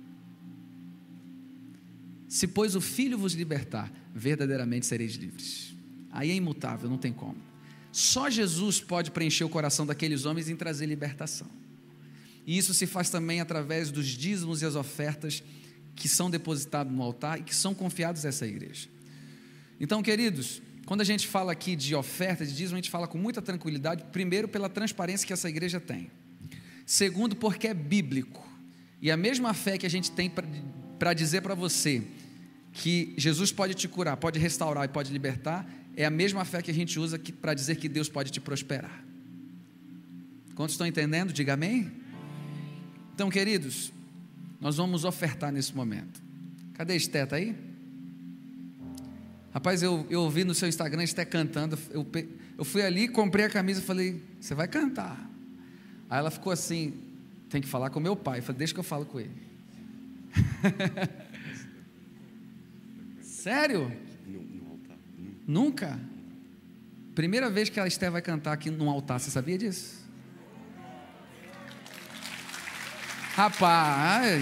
se pois o Filho vos libertar, verdadeiramente sereis livres. Aí é imutável, não tem como. Só Jesus pode preencher o coração daqueles homens e trazer libertação. E isso se faz também através dos dízimos e as ofertas que são depositados no altar e que são confiados a essa igreja. Então, queridos, quando a gente fala aqui de oferta, de dízimo, a gente fala com muita tranquilidade, primeiro pela transparência que essa igreja tem. Segundo, porque é bíblico. E a mesma fé que a gente tem para dizer para você que Jesus pode te curar, pode restaurar e pode libertar, é a mesma fé que a gente usa para dizer que Deus pode te prosperar. Quantos estão entendendo? Diga amém. Então, queridos, nós vamos ofertar nesse momento. Cadê a Esté? Está aí? Rapaz, eu, eu ouvi no seu Instagram Esté cantando. Eu, eu fui ali, comprei a camisa e falei: você vai cantar. Aí ela ficou assim: tem que falar com meu pai. Eu falei: deixa que eu falo com ele. Sério? Nunca? Primeira vez que a Esté vai cantar aqui num altar, você sabia disso? Rapaz,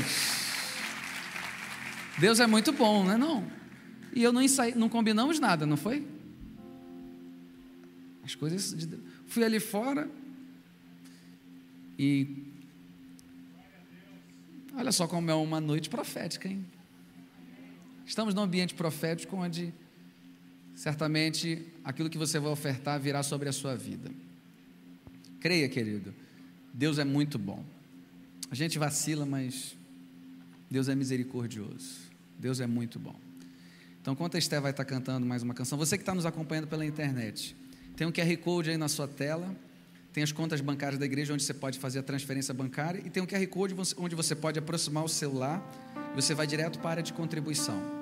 Deus é muito bom, não é não? E eu não ensaiei, não combinamos nada, não foi? As coisas de Deus. Fui ali fora e olha só como é uma noite profética, hein? Estamos num ambiente profético onde certamente aquilo que você vai ofertar virá sobre a sua vida. Creia, querido, Deus é muito bom. A gente vacila, mas Deus é misericordioso. Deus é muito bom. Então, enquanto a Esté vai estar cantando mais uma canção, você que está nos acompanhando pela internet, tem um Q R Code aí na sua tela, tem as contas bancárias da igreja onde você pode fazer a transferência bancária e tem um Q R Code onde você pode aproximar o celular e você vai direto para a área de contribuição.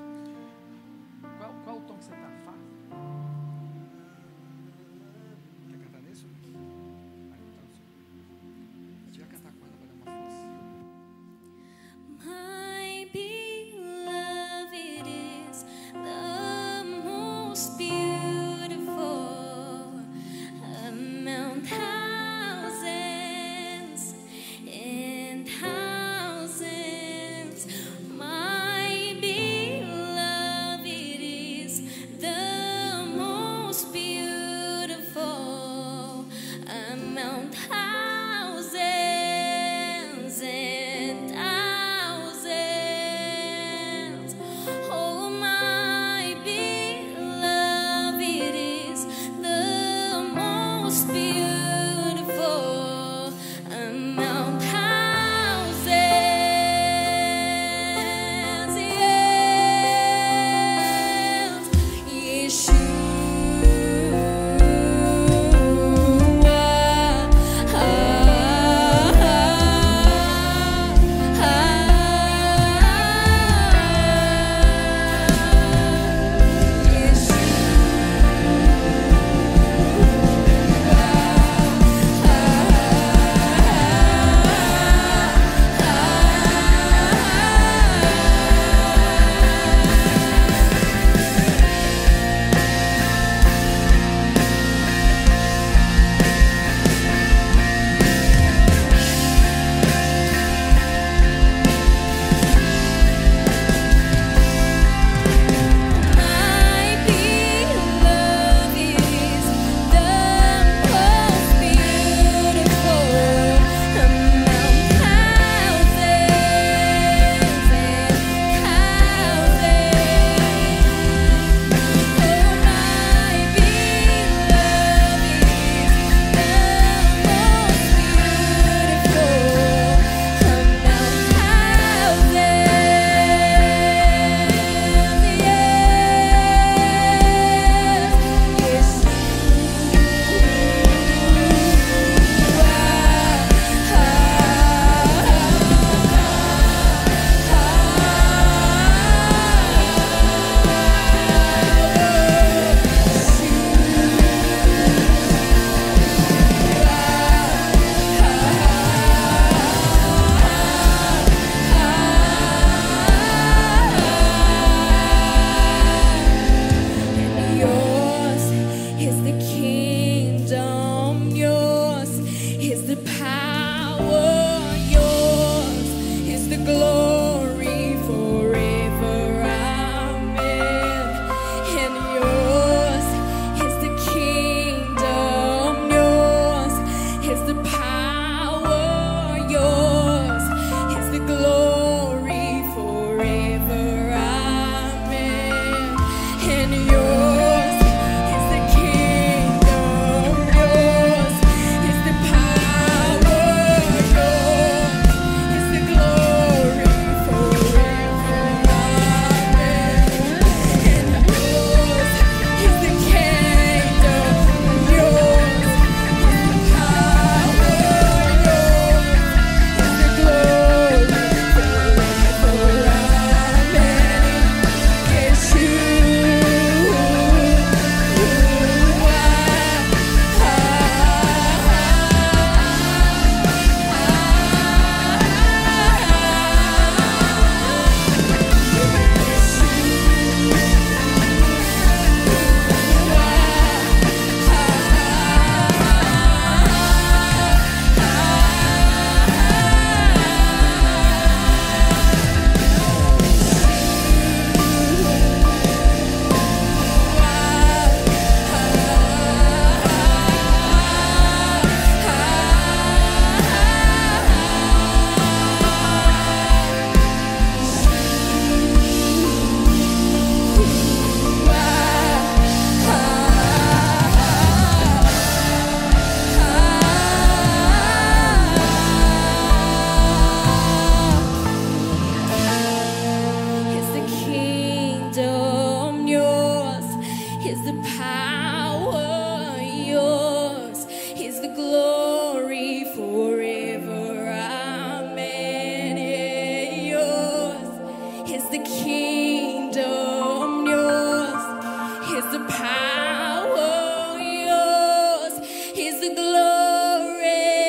the glory,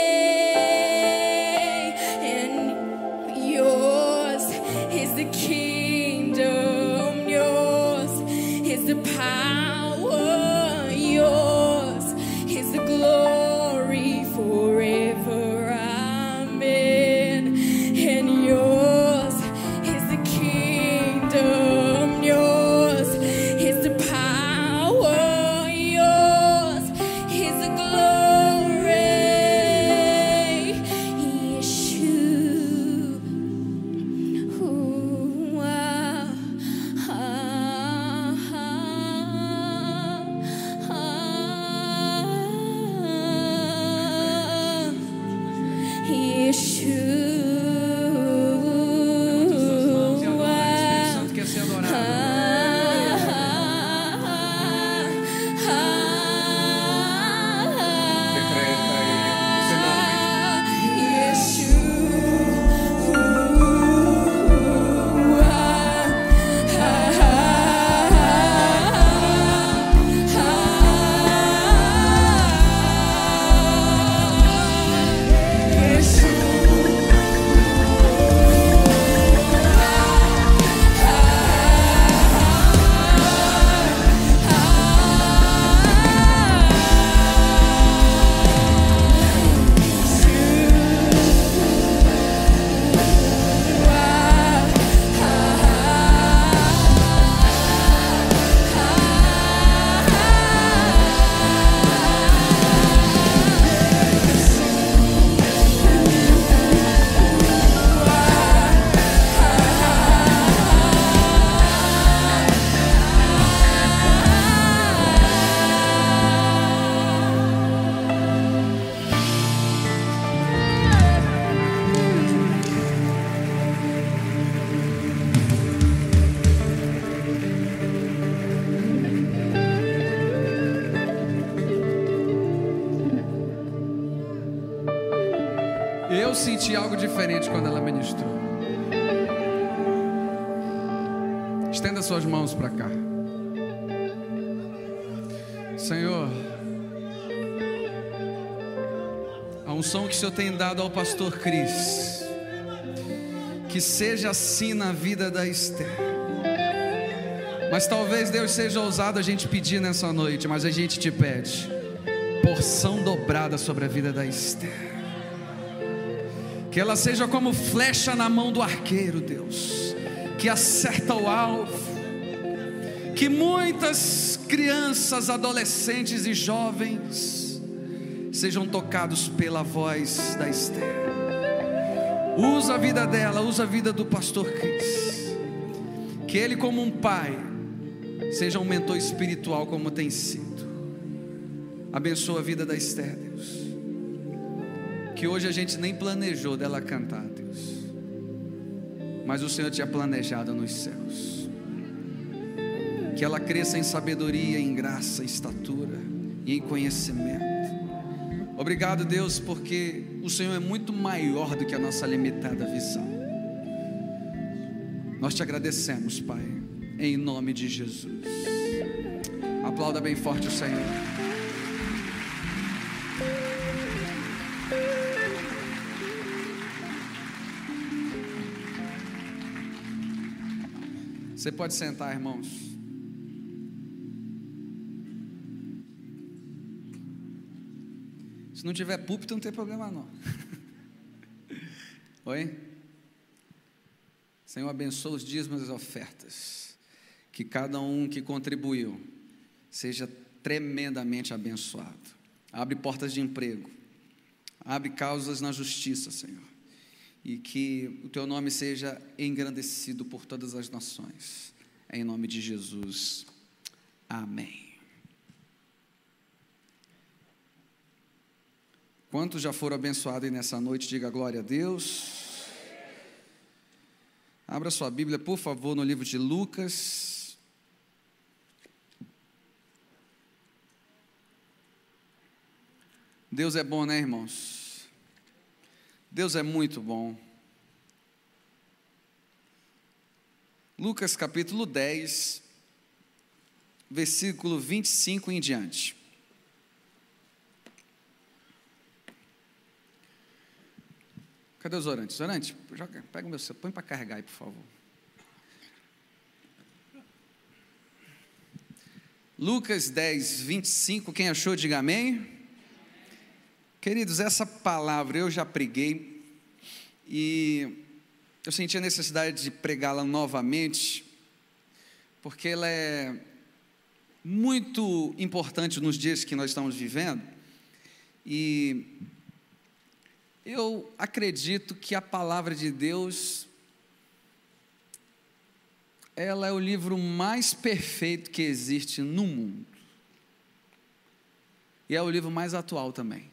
and yours is the kingdom, yours is the power, yours is the glory forever. Amen. And yours is the kingdom, yours is the power, yours is the glory. Yeshua. Ooh, ah, ah, ah, ah. Yeshua. Santo quer ser adorado. Decreta aí esse nome. Eu senti algo diferente quando ela ministrou. Estenda suas mãos para cá. Senhor, a unção que o Senhor tem dado ao pastor Cris, que seja assim na vida da Esther. Mas talvez Deus seja ousado a gente pedir nessa noite, mas a gente te pede porção dobrada sobre a vida da Esther. Que ela seja como flecha na mão do arqueiro, Deus, que acerta o alvo. Que muitas crianças, adolescentes e jovens sejam tocados pela voz da Esther. Usa a vida dela, usa a vida do pastor Cris. Que ele, como um pai, seja um mentor espiritual como tem sido. Abençoa a vida da Esther, Deus. Que hoje a gente nem planejou dela cantar, Deus, mas o Senhor tinha planejado nos céus. Que ela cresça em sabedoria, em graça, em estatura e em conhecimento. Obrigado, Deus, porque o Senhor é muito maior do que a nossa limitada visão. Nós te agradecemos, Pai, em nome de Jesus. Aplauda bem forte o Senhor. Você pode sentar, irmãos. Se não tiver púlpito, não tem problema não. Oi? Senhor, abençoa os dízimos e as ofertas. Que cada um que contribuiu seja tremendamente abençoado. Abre portas de emprego. Abre causas na justiça, Senhor. E que o teu nome seja engrandecido por todas as nações. Em nome de Jesus. Amém. Quantos já foram abençoados nessa noite? Diga glória a Deus. Abra sua Bíblia, por favor, no livro de Lucas. Deus é bom, né, irmãos? Deus é muito bom. Lucas capítulo dez, versículo vinte e cinco em diante. Cadê os orantes? Orante, joga, pega o meu celular, põe para carregar aí, por favor. Lucas dez, vinte e cinco, quem achou, diga amém. Queridos, essa palavra eu já preguei e eu senti a necessidade de pregá-la novamente, porque ela é muito importante nos dias que nós estamos vivendo, e eu acredito que a palavra de Deus, ela é o livro mais perfeito que existe no mundo, e é o livro mais atual também.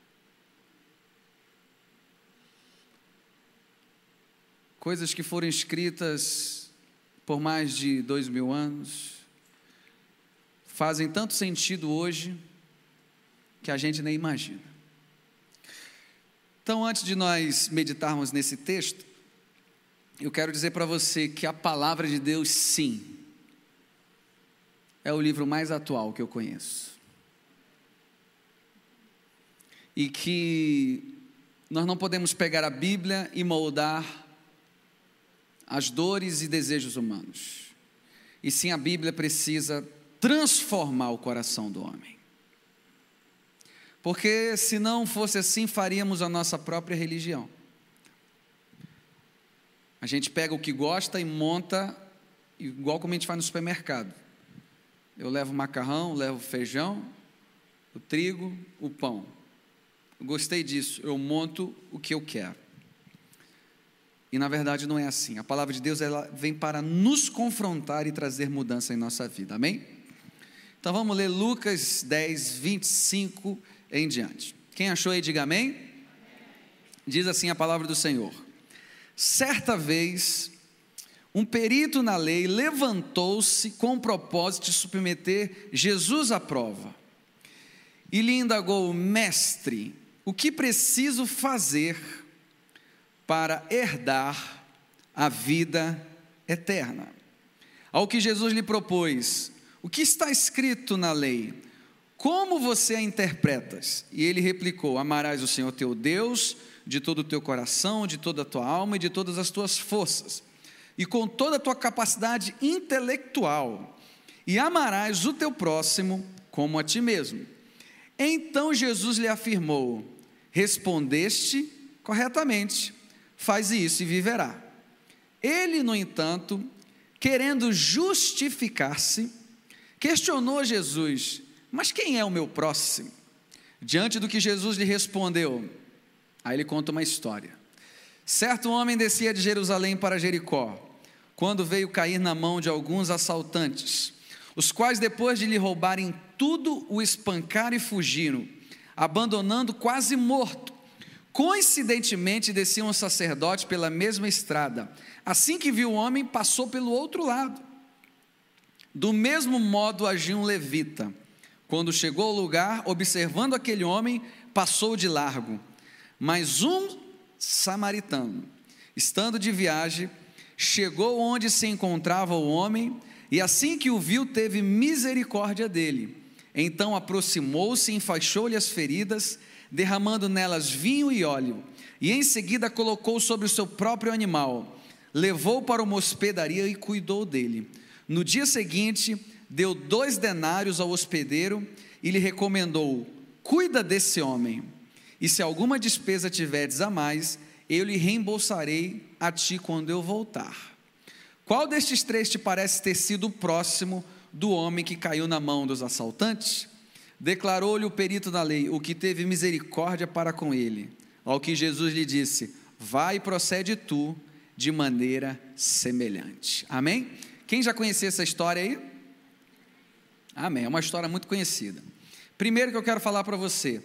Coisas que foram escritas por mais de dois mil anos, fazem tanto sentido hoje, que a gente nem imagina. Então, antes de nós meditarmos nesse texto, eu quero dizer para você que a palavra de Deus, sim, é o livro mais atual que eu conheço. E que nós não podemos pegar a Bíblia e moldar as dores e desejos humanos. E sim, a Bíblia precisa transformar o coração do homem. Porque se não fosse assim, faríamos a nossa própria religião. A gente pega o que gosta e monta igual como a gente faz no supermercado. Eu levo o macarrão, levo o feijão, o trigo, o pão. Eu gostei disso, eu monto o que eu quero. E na verdade não é assim. A palavra de Deus, ela vem para nos confrontar e trazer mudança em nossa vida, amém? Então vamos ler Lucas dez, vinte e cinco em diante. Quem achou aí, diga amém. Diz assim a palavra do Senhor: certa vez, um perito na lei levantou-se com o propósito de submeter Jesus à prova, e lhe indagou: mestre, o que preciso fazer para herdar a vida eterna? Ao que Jesus lhe propôs: o que está escrito na lei? Como você a interpretas? E ele replicou: amarás o Senhor teu Deus de todo o teu coração, de toda a tua alma e de todas as tuas forças, e com toda a tua capacidade intelectual, e amarás o teu próximo como a ti mesmo. Então Jesus lhe afirmou: respondeste corretamente, faz isso e viverá. Ele, no entanto, querendo justificar-se, questionou Jesus: mas quem é o meu próximo? Diante do que Jesus lhe respondeu, aí ele conta uma história. Certo homem descia de Jerusalém para Jericó, quando veio cair na mão de alguns assaltantes, os quais, depois de lhe roubarem tudo, o espancaram e fugiram, abandonando quase morto. Coincidentemente descia um sacerdote pela mesma estrada. Assim que viu o homem, passou pelo outro lado. Do mesmo modo agiu um levita. Quando chegou ao lugar, observando aquele homem, passou de largo. Mas um samaritano, estando de viagem, chegou onde se encontrava o homem, e assim que o viu, teve misericórdia dele. Então aproximou-se e enfaixou-lhe as feridas, derramando nelas vinho e óleo, e em seguida colocou sobre o seu próprio animal, levou para uma hospedaria e cuidou dele. No dia seguinte, deu dois denários ao hospedeiro e lhe recomendou: cuida desse homem, e se alguma despesa tiveres a mais, eu lhe reembolsarei a ti quando eu voltar. Qual destes três te parece ter sido o próximo do homem que caiu na mão dos assaltantes? Declarou-lhe o perito da lei: o que teve misericórdia para com ele. Ao que Jesus lhe disse: vai e procede tu de maneira semelhante. Amém? Quem já conhecia essa história aí? Amém, é uma história muito conhecida. Primeiro que eu quero falar para você,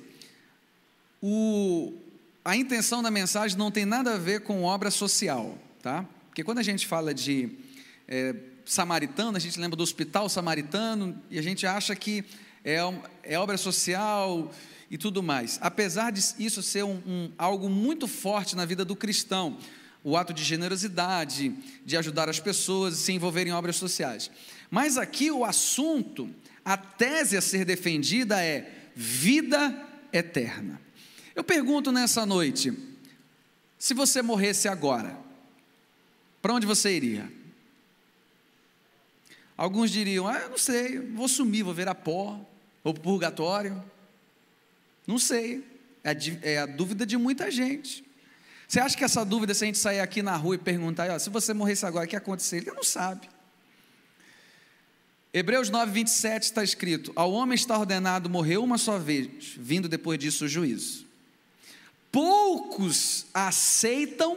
o, a intenção da mensagem não tem nada a ver com obra social, tá? Porque quando a gente fala de é, samaritano, a gente lembra do hospital samaritano, e a gente acha que é, é obra social e tudo mais. Apesar disso ser um, um, algo muito forte na vida do cristão, o ato de generosidade, de ajudar as pessoas, se envolverem em obras sociais. Mas aqui o assunto, a tese a ser defendida é vida eterna. Eu pergunto nessa noite, Se você morresse agora, para onde você iria? Alguns diriam, ah, eu não sei, vou sumir, vou virar pó, ou purgatório. Não sei, é a, é a dúvida de muita gente. Você acha que essa dúvida, se a gente sair aqui na rua e perguntar, ó, se você morresse agora, o que ia acontecer? Ele não sabe. Hebreus nove, vinte e sete está escrito, ao homem está ordenado morrer uma só vez, vindo depois disso o juízo. Poucos aceitam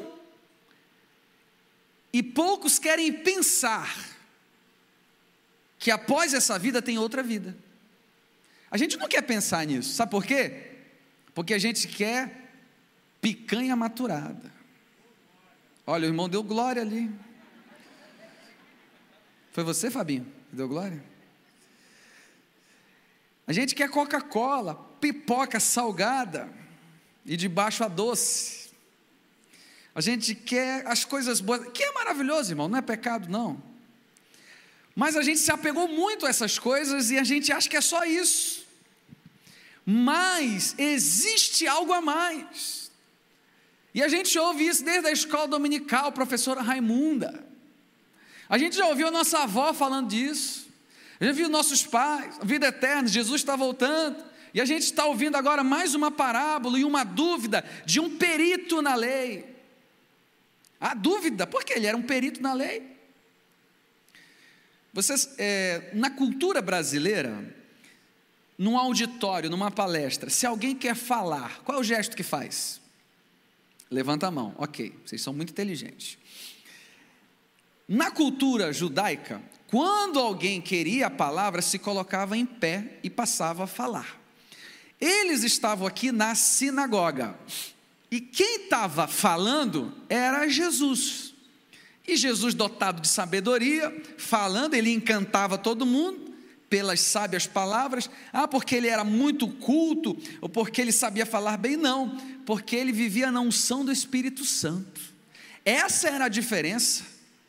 e poucos querem pensar que após essa vida tem outra vida. A gente não quer pensar nisso, sabe por quê? Porque a gente quer picanha maturada. Olha, o irmão deu glória ali. Foi você, Fabinho, que deu glória? A gente quer Coca-Cola, pipoca salgada e de baixo a doce. A gente quer as coisas boas, que é maravilhoso, irmão, não é pecado, não. Mas a gente se apegou muito a essas coisas e a gente acha que é só isso. Mas existe algo a mais. E a gente ouve isso desde a escola dominical, professora Raimunda. A gente já ouviu a nossa avó falando disso. Já viu nossos pais, a vida eterna, Jesus está voltando. E a gente está ouvindo agora mais uma parábola e uma dúvida de um perito na lei. A dúvida, porque ele era um perito na lei. Vocês, é, na cultura brasileira, num auditório, numa palestra, se alguém quer falar, qual é o gesto que faz? Levanta a mão, ok, vocês são muito inteligentes. Na cultura judaica, quando alguém queria a palavra, se colocava em pé e passava a falar. Eles estavam aqui na sinagoga, e quem estava falando era Jesus. E Jesus, dotado de sabedoria, falando, ele encantava todo mundo pelas sábias palavras. Ah, porque ele era muito culto, ou porque ele sabia falar bem? Não, porque ele vivia na unção do Espírito Santo. Essa era a diferença.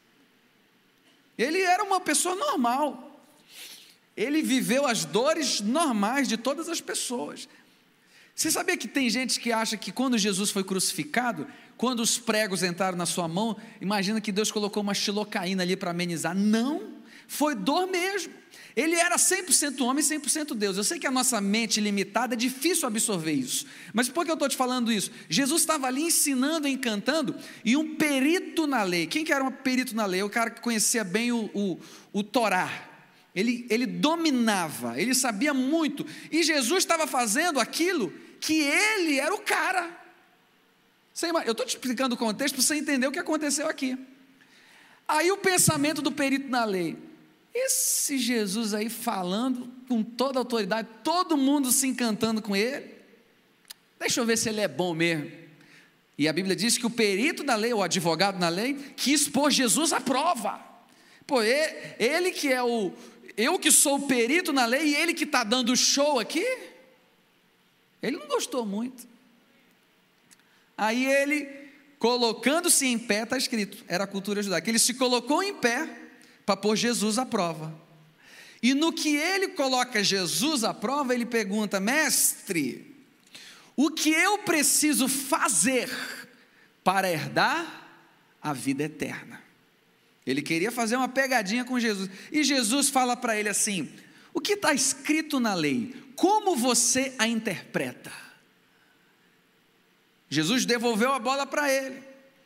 Ele era uma pessoa normal. Ele viveu as dores normais de todas as pessoas. Você sabia que tem gente que acha que quando Jesus foi crucificado, quando os pregos entraram na sua mão, imagina que Deus colocou uma xilocaína ali para amenizar? Não, foi dor mesmo. Ele era cem por cento homem, cem por cento Deus. Eu sei que a nossa mente limitada é difícil absorver isso, mas por que eu estou te falando isso? Jesus estava ali ensinando, encantando, e um perito na lei. Quem que era um perito na lei? O cara que conhecia bem o, o, o Torá. Ele, ele dominava, ele sabia muito, e Jesus estava fazendo aquilo que ele era o cara. Eu estou te explicando o contexto para você entender o que aconteceu aqui. Aí o pensamento do perito na lei, esse Jesus aí falando com toda a autoridade, todo mundo se encantando com ele, deixa eu ver se ele é bom mesmo. E a Bíblia diz que o perito na lei, o advogado na lei, quis pôr Jesus à prova. Pô, ele, ele que é o, eu que sou o perito na lei, e ele que está dando show aqui, ele não gostou muito. Aí ele, colocando-se em pé, está escrito, era a cultura judaica, ele se colocou em pé para pôr Jesus à prova. E no que ele coloca Jesus à prova, ele pergunta: mestre, o que eu preciso fazer para herdar a vida eterna? Ele queria fazer uma pegadinha com Jesus, e Jesus fala para ele assim: o que está escrito na lei, como você a interpreta? Jesus devolveu a bola para ele.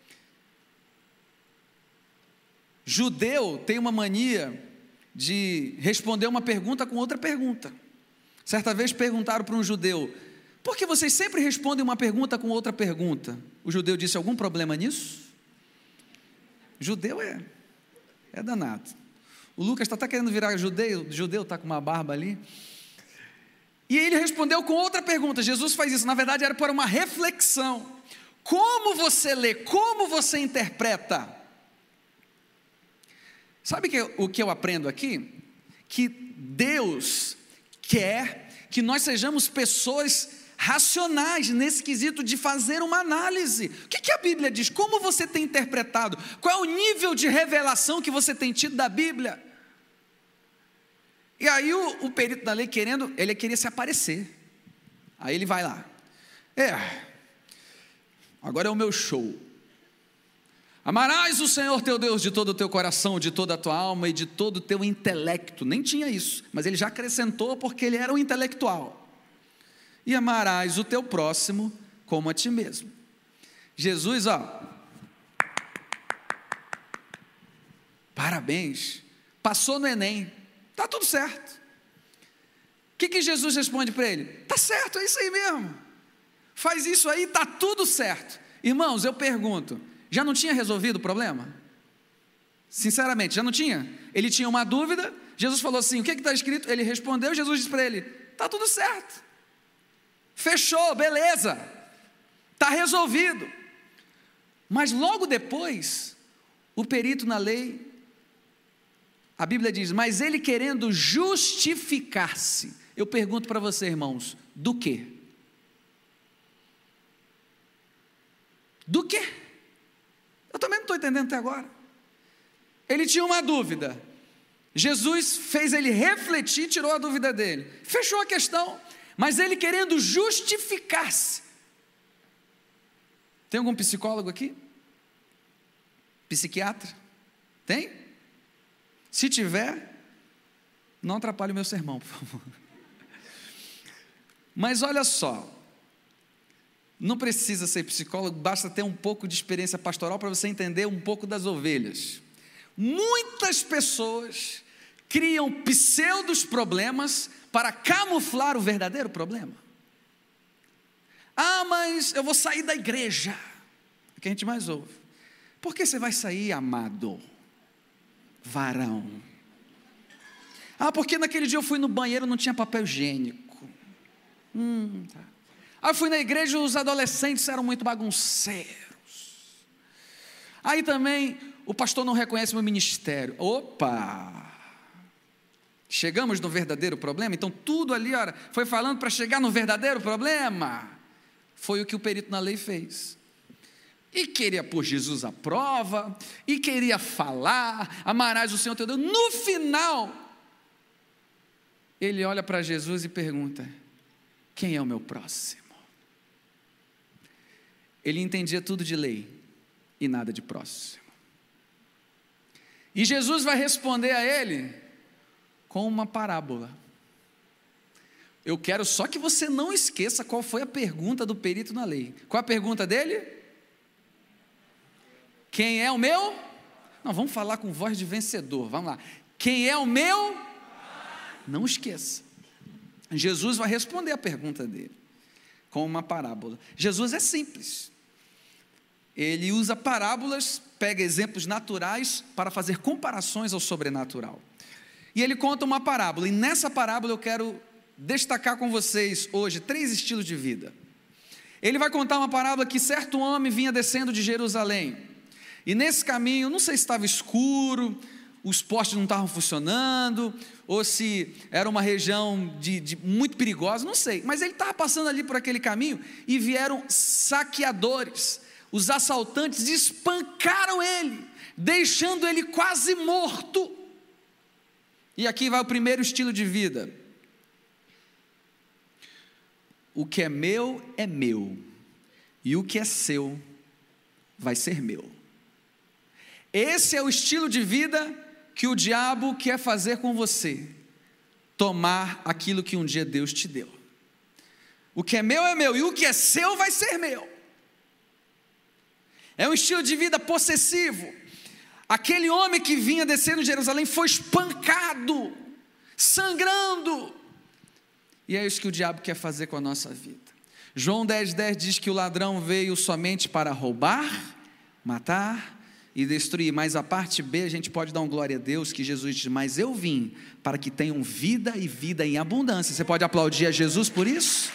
Judeu tem uma mania de responder uma pergunta com outra pergunta. Certa vez perguntaram para um judeu: por que vocês sempre respondem uma pergunta com outra pergunta? O judeu disse: algum problema nisso? Judeu é, é danado. O Lucas está tá querendo virar judeu, judeu está com uma barba ali. E ele respondeu com outra pergunta. Jesus faz isso, na verdade era para uma reflexão. Como você lê, como você interpreta? Sabe que, o que eu aprendo aqui? Que Deus quer que nós sejamos pessoas racionais nesse quesito de fazer uma análise. O que, que a Bíblia diz? Como você tem interpretado? Qual é o nível de revelação que você tem tido da Bíblia? E aí o, o perito da lei querendo, ele queria se aparecer. Aí ele vai lá. É, Agora é o meu show. Amarás o Senhor teu Deus de todo o teu coração, de toda a tua alma e de todo o teu intelecto. Nem tinha isso, mas ele já acrescentou porque ele era um intelectual. E amarás o teu próximo como a ti mesmo. Jesus, ó, parabéns, passou no Enem, tá tudo certo. O que que Jesus responde para ele? Tá certo, é isso aí mesmo. Faz isso aí, tá tudo certo. Irmãos, eu pergunto, já não tinha resolvido o problema? Sinceramente, já não tinha? Ele tinha uma dúvida, Jesus falou assim, o que está escrito? Ele respondeu, Jesus disse para ele, está tudo certo, fechou, beleza, está resolvido. Mas logo depois, o perito na lei, a Bíblia diz, mas ele querendo justificar-se, eu pergunto para você, irmãos, do quê? Do quê? Eu também não estou entendendo até agora. Ele tinha uma dúvida, Jesus fez ele refletir, tirou a dúvida dele, fechou a questão, mas ele querendo justificar-se. Tem algum psicólogo aqui? Psiquiatra? Tem? Se tiver, não atrapalhe o meu sermão, por favor. Mas olha só, não precisa ser psicólogo, basta ter um pouco de experiência pastoral para você entender um pouco das ovelhas. Muitas pessoas criam pseudos problemas para camuflar o verdadeiro problema. Ah, mas eu vou sair da igreja. É o que a gente mais ouve. Por que você vai sair, amado? Varão. Ah, porque naquele dia eu fui no banheiro e não tinha papel higiênico. Hum, tá. Ah, eu fui na igreja e os adolescentes eram muito bagunceiros. Aí também o pastor não reconhece meu ministério. Opa! Chegamos no verdadeiro problema? Então tudo ali, olha, foi falando para chegar no verdadeiro problema. Foi o que o perito na lei fez. E queria pôr Jesus à prova, e queria falar, amarás o Senhor teu Deus. No final, ele olha para Jesus e pergunta, quem é o meu próximo? Ele entendia tudo de lei e nada de próximo. E Jesus vai responder a ele com uma parábola. Eu quero só que você não esqueça qual foi a pergunta do perito na lei. Qual a pergunta dele? Quem é o meu? Não, vamos falar com voz de vencedor, vamos lá. Quem é o meu? Não esqueça. Jesus vai responder a pergunta dele com uma parábola. Jesus é simples. Ele usa parábolas, pega exemplos naturais para fazer comparações ao sobrenatural. E ele conta uma parábola, e nessa parábola eu quero destacar com vocês hoje três estilos de vida. Ele vai contar uma parábola que certo homem vinha descendo de Jerusalém, e nesse caminho, não sei se estava escuro, os postes não estavam funcionando, ou se era uma região de, de muito perigosa, não sei, mas ele estava passando ali por aquele caminho, e vieram saqueadores, os assaltantes espancaram ele, deixando ele quase morto. E aqui vai o primeiro estilo de vida. O que é meu é meu, e o que é seu vai ser meu. Esse é o estilo de vida que o diabo quer fazer com você, tomar aquilo que um dia Deus te deu. O que é meu é meu, e o que é seu vai ser meu. É um estilo de vida possessivo. Aquele homem que vinha descendo de Jerusalém foi espancado, sangrando. E é isso que o diabo quer fazer com a nossa vida. João dez, dez diz que o ladrão veio somente para roubar, matar e destruir. Mas a parte B, a gente pode dar um glória a Deus, que Jesus diz, mas eu vim para que tenham vida e vida em abundância. Você pode aplaudir a Jesus por isso?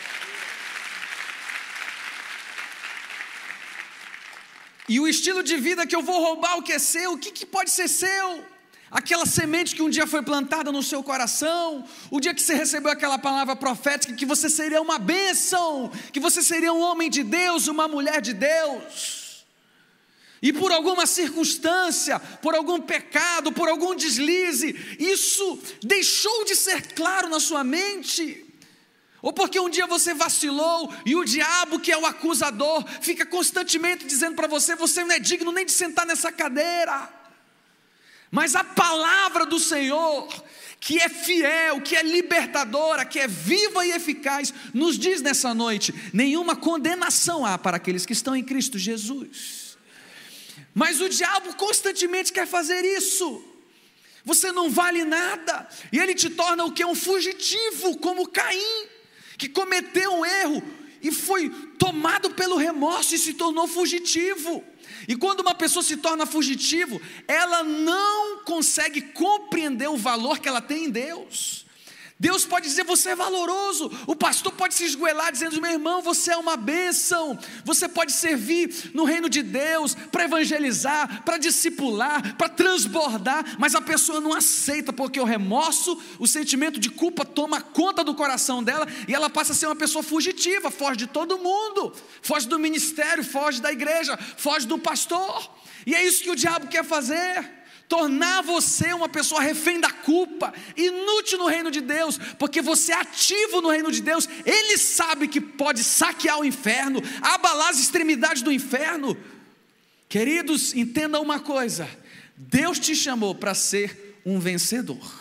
E o estilo de vida que eu vou roubar o que é seu, o que, que pode ser seu? Aquela semente que um dia foi plantada no seu coração, o dia que você recebeu aquela palavra profética, que você seria uma bênção, que você seria um homem de Deus, uma mulher de Deus. E por alguma circunstância, por algum pecado, por algum deslize, isso deixou de ser claro na sua mente. Ou porque um dia você vacilou e o diabo, que é o acusador, fica constantemente dizendo para você: você não é digno nem de sentar nessa cadeira. Mas a palavra do Senhor, que é fiel, que é libertadora, que é viva e eficaz, nos diz nessa noite: nenhuma condenação há para aqueles que estão em Cristo Jesus. Mas o diabo constantemente quer fazer isso. Você não vale nada, e ele te torna o que? Um fugitivo, como Caim, que cometeu um erro e foi tomado pelo remorso e se tornou fugitivo. E quando uma pessoa se torna fugitivo, ela não consegue compreender o valor que ela tem em Deus. Deus pode dizer: você é valoroso. O pastor pode se esgoelar dizendo: meu irmão, você é uma bênção. Você pode servir no reino de Deus, para evangelizar, para discipular, para transbordar. Mas a pessoa não aceita, porque o remorso, o sentimento de culpa toma conta do coração dela, e ela passa a ser uma pessoa fugitiva, foge de todo mundo, foge do ministério, foge da igreja, foge do pastor. E é isso que o diabo quer fazer: tornar você uma pessoa refém da culpa, inútil no reino de Deus, porque você é ativo no reino de Deus. Ele sabe que pode saquear o inferno, abalar as extremidades do inferno. Queridos, entendam uma coisa: Deus te chamou para ser um vencedor.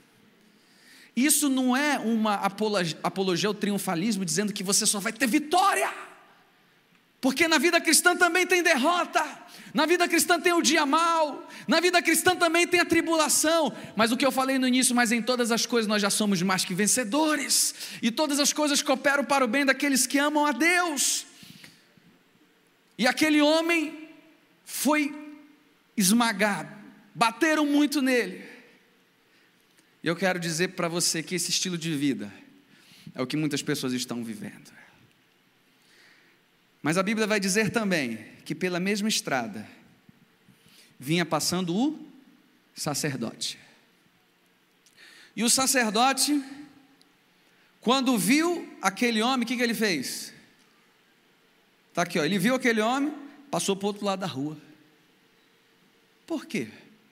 Isso não é uma apologia, apologia ao triunfalismo, dizendo que você só vai ter vitória, porque na vida cristã também tem derrota. Na vida cristã tem o dia mau, na vida cristã também tem a tribulação, mas o que eu falei no início: mas em todas as coisas nós já somos mais que vencedores, e todas as coisas cooperam para o bem daqueles que amam a Deus. E aquele homem foi esmagado, bateram muito nele. E eu quero dizer para você que esse estilo de vida é o que muitas pessoas estão vivendo. Mas a Bíblia vai dizer também que pela mesma estrada vinha passando o sacerdote. E o sacerdote, quando viu aquele homem, o que, que ele fez? Está aqui, ó, ele viu aquele homem, passou para o outro lado da rua. Por quê?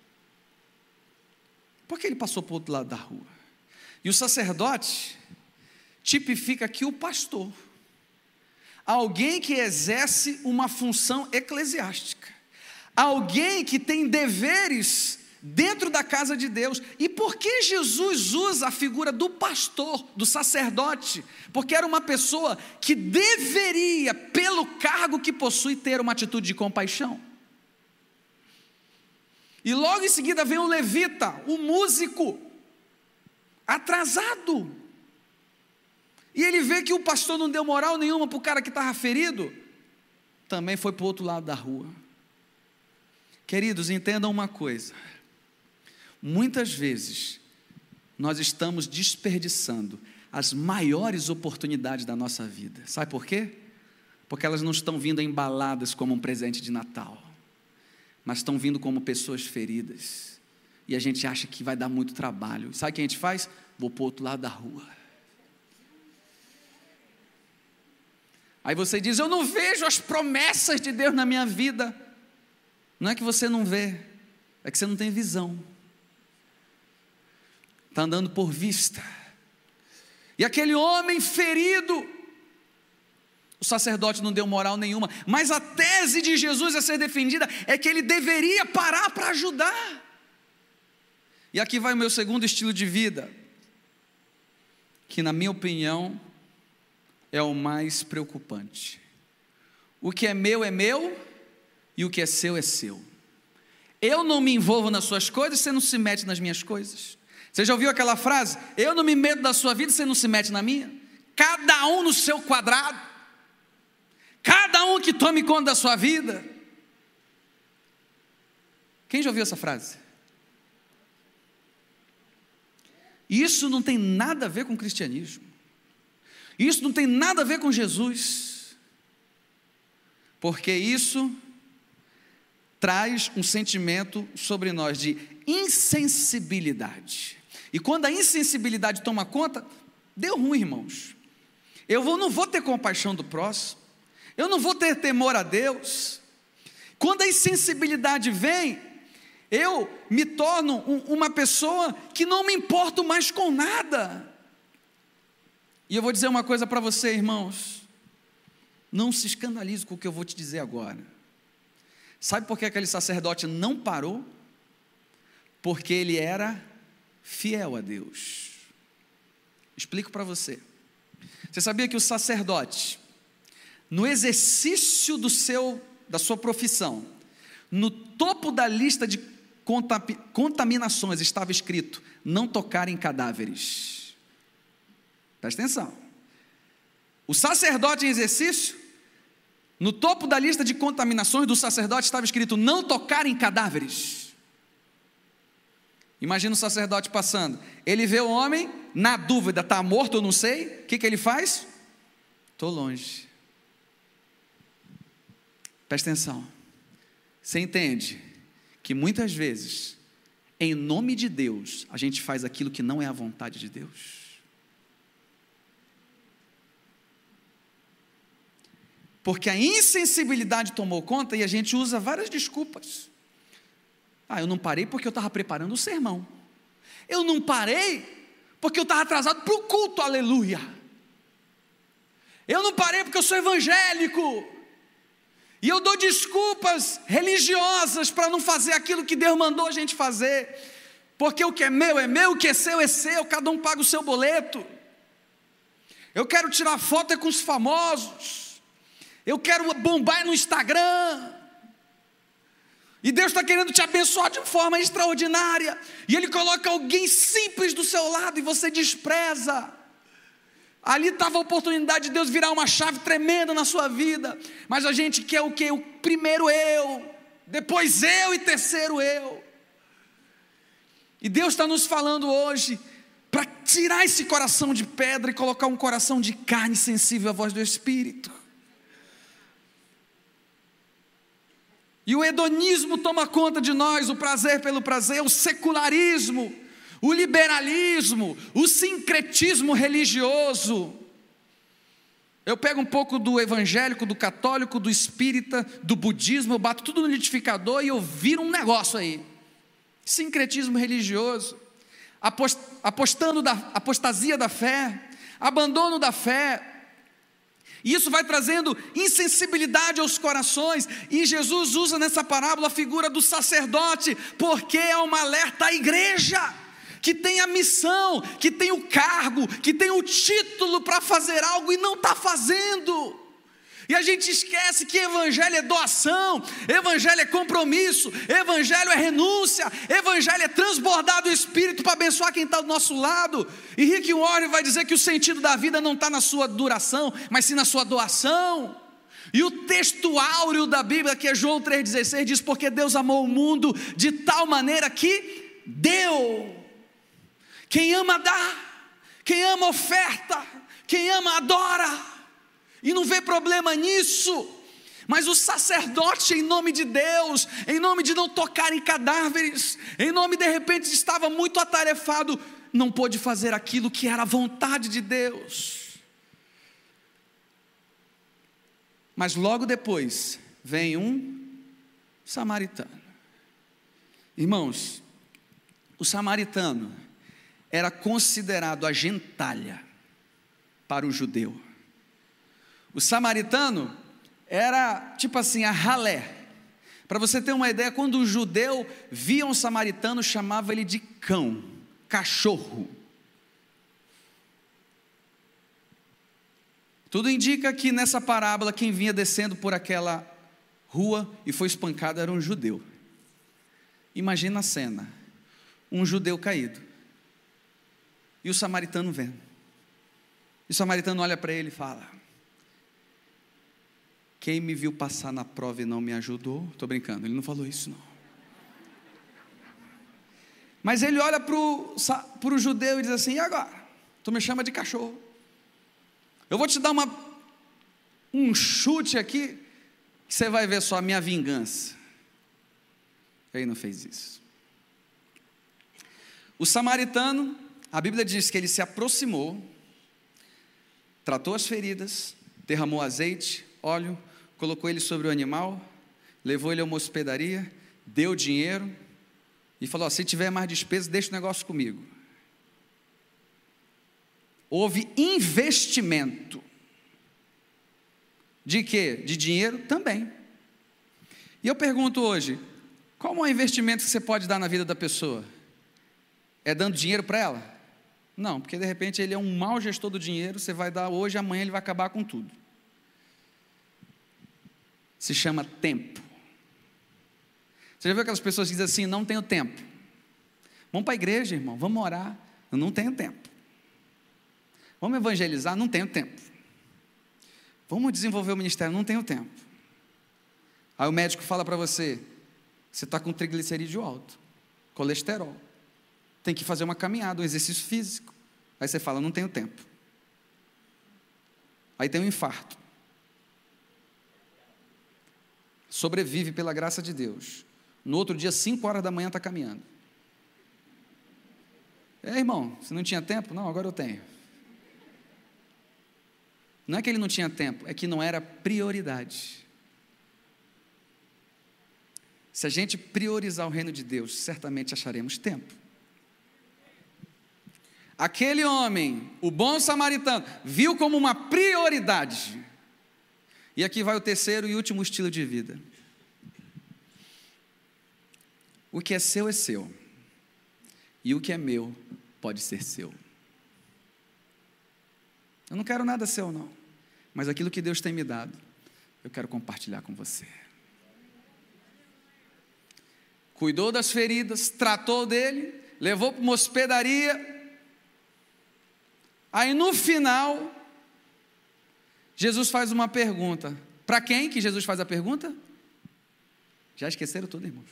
Por que ele passou para o outro lado da rua? E o sacerdote tipifica aqui o pastor. Alguém que exerce uma função eclesiástica, alguém que tem deveres dentro da casa de Deus. E por que Jesus usa a figura do pastor, do sacerdote? Porque era uma pessoa que deveria, pelo cargo que possui, ter uma atitude de compaixão. E logo em seguida vem o levita, o músico, atrasado. E ele vê que o pastor não deu moral nenhuma para o cara que estava ferido, também foi para o outro lado da rua. Queridos, entendam uma coisa: muitas vezes nós estamos desperdiçando as maiores oportunidades da nossa vida. Sabe por quê? Porque elas não estão vindo embaladas como um presente de Natal, mas estão vindo como pessoas feridas. E a gente acha que vai dar muito trabalho. Sabe o que a gente faz? Vou para o outro lado da rua. Aí você diz: eu não vejo as promessas de Deus na minha vida. Não é que você não vê, é que você não tem visão. Está andando por vista. E aquele homem ferido, o sacerdote não deu moral nenhuma, mas a tese de Jesus a ser defendida é que ele deveria parar para ajudar. E aqui vai o meu segundo estilo de vida, que na minha opinião é o mais preocupante. O que é meu é meu, e o que é seu é seu. Eu não me envolvo nas suas coisas, você não se mete nas minhas coisas. Você já ouviu aquela frase? Eu não me meto da sua vida, você não se mete na minha. Cada um no seu quadrado, cada um que tome conta da sua vida. Quem já ouviu essa frase? Isso não tem nada a ver com cristianismo. Isso não tem nada a ver com Jesus, porque isso traz um sentimento sobre nós de insensibilidade. E quando a insensibilidade toma conta, deu ruim, irmãos. Eu vou, não vou ter compaixão do próximo, eu não vou ter temor a Deus. Quando a insensibilidade vem, eu me torno um, uma pessoa que não me importo mais com nada. E eu vou dizer uma coisa para você, irmãos. Não se escandalize com o que eu vou te dizer agora. Sabe por que aquele sacerdote não parou? Porque ele era fiel a Deus. Explico para você. Você sabia que o sacerdote, no exercício do seu, da sua profissão, no topo da lista de contaminações estava escrito: não tocar em cadáveres. Presta atenção. O sacerdote em exercício, no topo da lista de contaminações do sacerdote estava escrito: não tocar em cadáveres. Imagina o sacerdote passando, ele vê o homem, na dúvida, está morto ou não sei, o que, que ele faz? Estou longe. Presta atenção, você entende que muitas vezes, em nome de Deus, a gente faz aquilo que não é a vontade de Deus? Porque a insensibilidade tomou conta e a gente usa várias desculpas. Ah, eu não parei porque eu estava preparando o sermão. Eu não parei porque eu estava atrasado para o culto, aleluia. Eu não parei porque eu sou evangélico. E eu dou desculpas religiosas para não fazer aquilo que Deus mandou a gente fazer. Porque o que é meu é meu, o que é seu é seu, cada um paga o seu boleto. Eu quero tirar foto com os famosos. Eu quero bombar no Instagram. E Deus está querendo te abençoar de forma extraordinária. E Ele coloca alguém simples do seu lado e você despreza. Ali estava a oportunidade de Deus virar uma chave tremenda na sua vida. Mas a gente quer o quê? O primeiro eu, depois eu e terceiro eu. E Deus está nos falando hoje para tirar esse coração de pedra e colocar um coração de carne sensível à voz do Espírito. E o hedonismo toma conta de nós, o prazer pelo prazer, o secularismo, o liberalismo, o sincretismo religioso. Eu pego um pouco do evangélico, do católico, do espírita, do budismo, eu bato tudo no liquidificador e eu viro um negócio aí. Sincretismo religioso, apost, apostando da, apostasia da fé, abandono da fé. E isso vai trazendo insensibilidade aos corações. E Jesus usa nessa parábola a figura do sacerdote, porque é uma alerta à igreja, que tem a missão, que tem o cargo, que tem o título para fazer algo e não está fazendo. E a gente esquece que evangelho é doação, evangelho é compromisso, evangelho é renúncia, evangelho é transbordar do Espírito para abençoar quem está do nosso lado. E Rick Warren vai dizer que o sentido da vida não está na sua duração, mas sim na sua doação. E o texto áureo da Bíblia, que é João três dezesseis, diz: porque Deus amou o mundo de tal maneira que deu. Quem ama dá, quem ama oferta, quem ama adora. E não vê problema nisso. Mas o sacerdote, em nome de Deus, em nome de não tocar em cadáveres, em nome de repente estava muito atarefado, não pôde fazer aquilo que era a vontade de Deus. Mas logo depois vem um samaritano. Irmãos, o samaritano era considerado a gentalha para o judeu. O samaritano era tipo assim, a ralé. Para você ter uma ideia, quando o judeu via um samaritano, chamava ele de cão, cachorro. Tudo indica que nessa parábola, quem vinha descendo por aquela rua e foi espancado era um judeu. Imagina a cena, um judeu caído, e o samaritano vendo. E o samaritano olha para ele e fala: quem me viu passar na prova e não me ajudou? Estou brincando, ele não falou isso não. Mas ele olha para o judeu e diz assim: e agora? Tu me chama de cachorro. Eu vou te dar uma, um chute aqui, que você vai ver só a minha vingança. Ele não fez isso. O samaritano, a Bíblia diz que ele se aproximou, tratou as feridas, derramou azeite, óleo, colocou ele sobre o animal, levou ele a uma hospedaria, deu dinheiro e falou: se tiver mais despesa, deixa o negócio comigo. houve investimento. De quê? De dinheiro? Também. E eu pergunto hoje, qual é o investimento que você pode dar na vida da pessoa? É dando dinheiro para ela? Não, porque de repente ele é um mau gestor do dinheiro, você vai dar hoje, amanhã ele vai acabar com tudo. Se chama tempo. Você já viu aquelas pessoas que dizem assim, não tenho tempo. Vamos para a igreja, irmão, vamos orar. Eu não tenho tempo. Vamos evangelizar, não tenho tempo. Vamos desenvolver o ministério, não tenho tempo. Aí o médico fala para você, você está com triglicerídeo alto, colesterol. Tem que fazer uma caminhada, um exercício físico. Aí você fala, não tenho tempo. Aí tem um infarto. Sobrevive pela graça de Deus. No outro dia, cinco horas da manhã, está caminhando. É, irmão, você não tinha tempo? Não, agora eu tenho. Não é que ele não tinha tempo, é que não era prioridade. Se a gente priorizar o reino de Deus, certamente acharemos tempo. Aquele homem, o bom samaritano, viu como uma prioridade. E aqui vai o terceiro e último estilo de vida. O que é seu é seu. E o que é meu pode ser seu. Eu não quero nada seu, não. Mas aquilo que Deus tem me dado, eu quero compartilhar com você. Cuidou das feridas, tratou dele, levou para uma hospedaria. Aí no final, Jesus faz uma pergunta. Para quem que Jesus faz a pergunta? Já esqueceram tudo, irmãos?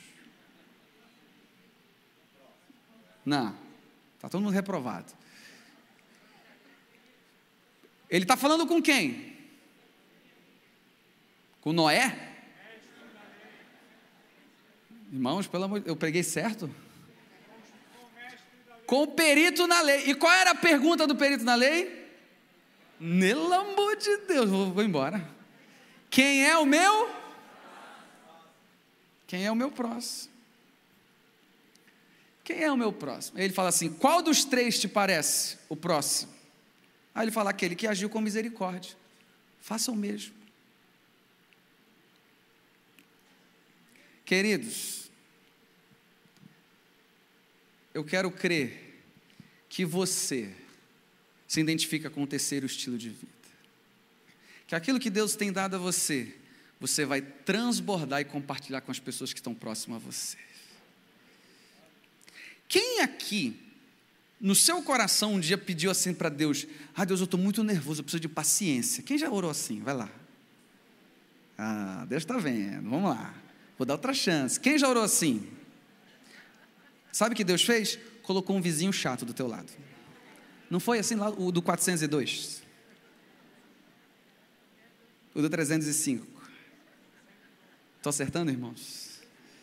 Não, está todo mundo reprovado. Ele está falando com quem? Com Noé? Irmãos, pelo amor de Deus, eu preguei certo? Com o perito na lei. E qual era a pergunta do perito na lei? Pelo amor de Deus, vou, vou embora. Quem é o meu? Quem é o meu próximo? Quem é o meu próximo? Ele fala assim, qual dos três te parece o próximo? Aí ele fala, aquele que agiu com misericórdia. Faça o mesmo. Queridos, eu quero crer que você se identifica com o terceiro estilo de vida. Que aquilo que Deus tem dado a você, você vai transbordar e compartilhar com as pessoas que estão próximas a você. Quem aqui, no seu coração, um dia pediu assim para Deus, ah Deus, eu estou muito nervoso, eu preciso de paciência. Quem já orou assim? Vai lá. Ah, Deus está vendo, vamos lá. Vou dar outra chance. Quem já orou assim? Sabe o que Deus fez? Colocou um vizinho chato do teu lado. Não foi assim lá o do quatrocentos e dois? O do trezentos e cinco? Estou acertando, irmãos?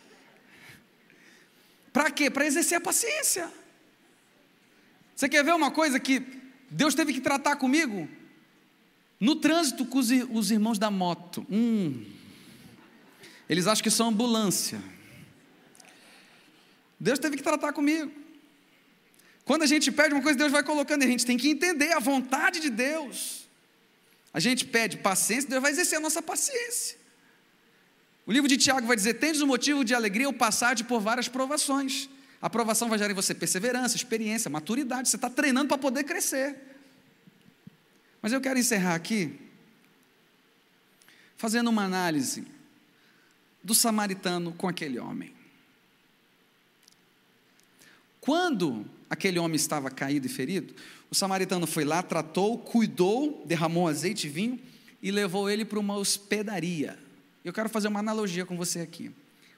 Para quê? Para exercer a paciência. Você quer ver uma coisa que Deus teve que tratar comigo? No trânsito com os, os irmãos da moto. Hum, eles acham que são ambulância. Deus teve que tratar comigo. Quando a gente pede uma coisa, Deus vai colocando, e a gente tem que entender a vontade de Deus. A gente pede paciência, Deus vai exercer a nossa paciência. O livro de Tiago vai dizer, tendes um motivo de alegria ao passar por várias provações. A provação vai gerar em você perseverança, experiência, maturidade. Você está treinando para poder crescer. Mas eu quero encerrar aqui fazendo uma análise do samaritano com aquele homem. Quando aquele homem estava caído e ferido, o samaritano foi lá, tratou, cuidou, derramou azeite e vinho e levou ele para uma hospedaria. Eu quero fazer uma analogia com você aqui.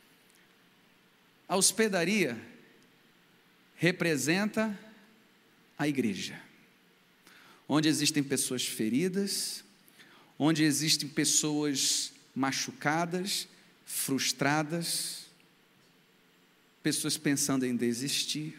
A hospedaria representa a igreja, onde existem pessoas feridas, onde existem pessoas machucadas, frustradas, pessoas pensando em desistir,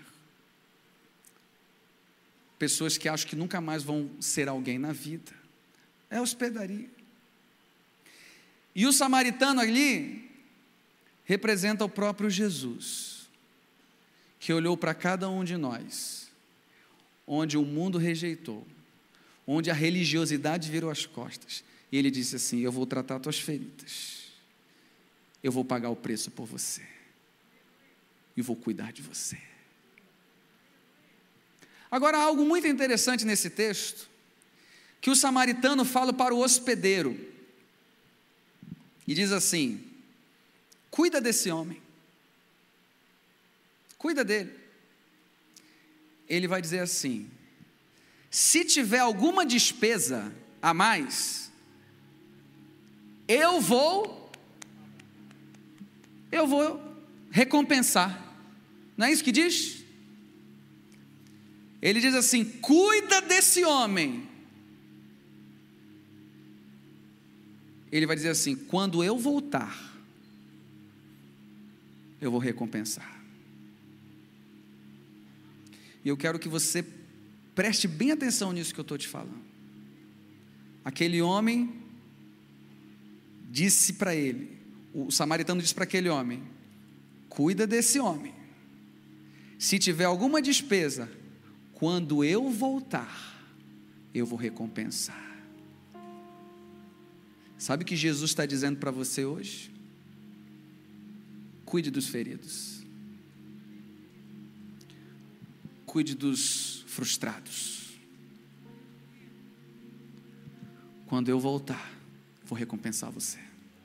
pessoas que acham que nunca mais vão ser alguém na vida. É a hospedaria. E o samaritano ali representa o próprio Jesus, que olhou para cada um de nós, onde o mundo rejeitou, onde a religiosidade virou as costas. E ele disse assim: eu vou tratar tuas feridas, eu vou pagar o preço por você, e vou cuidar de você. Agora, há algo muito interessante nesse texto, que o samaritano fala para o hospedeiro, e diz assim: cuida desse homem, cuida dele. Ele vai dizer assim: se tiver alguma despesa a mais, eu vou, eu vou recompensar. Não é isso que diz? Ele diz assim: cuida desse homem. Ele vai dizer assim: quando eu voltar, eu vou recompensar. E eu quero que você preste bem atenção nisso que eu estou te falando. Aquele homem disse para ele, o samaritano disse para aquele homem: cuida desse homem. Se tiver alguma despesa, quando eu voltar, eu vou recompensar. Sabe o que Jesus está dizendo para você hoje? Cuide dos feridos. Cuide dos frustrados. Quando eu voltar, vou recompensar você.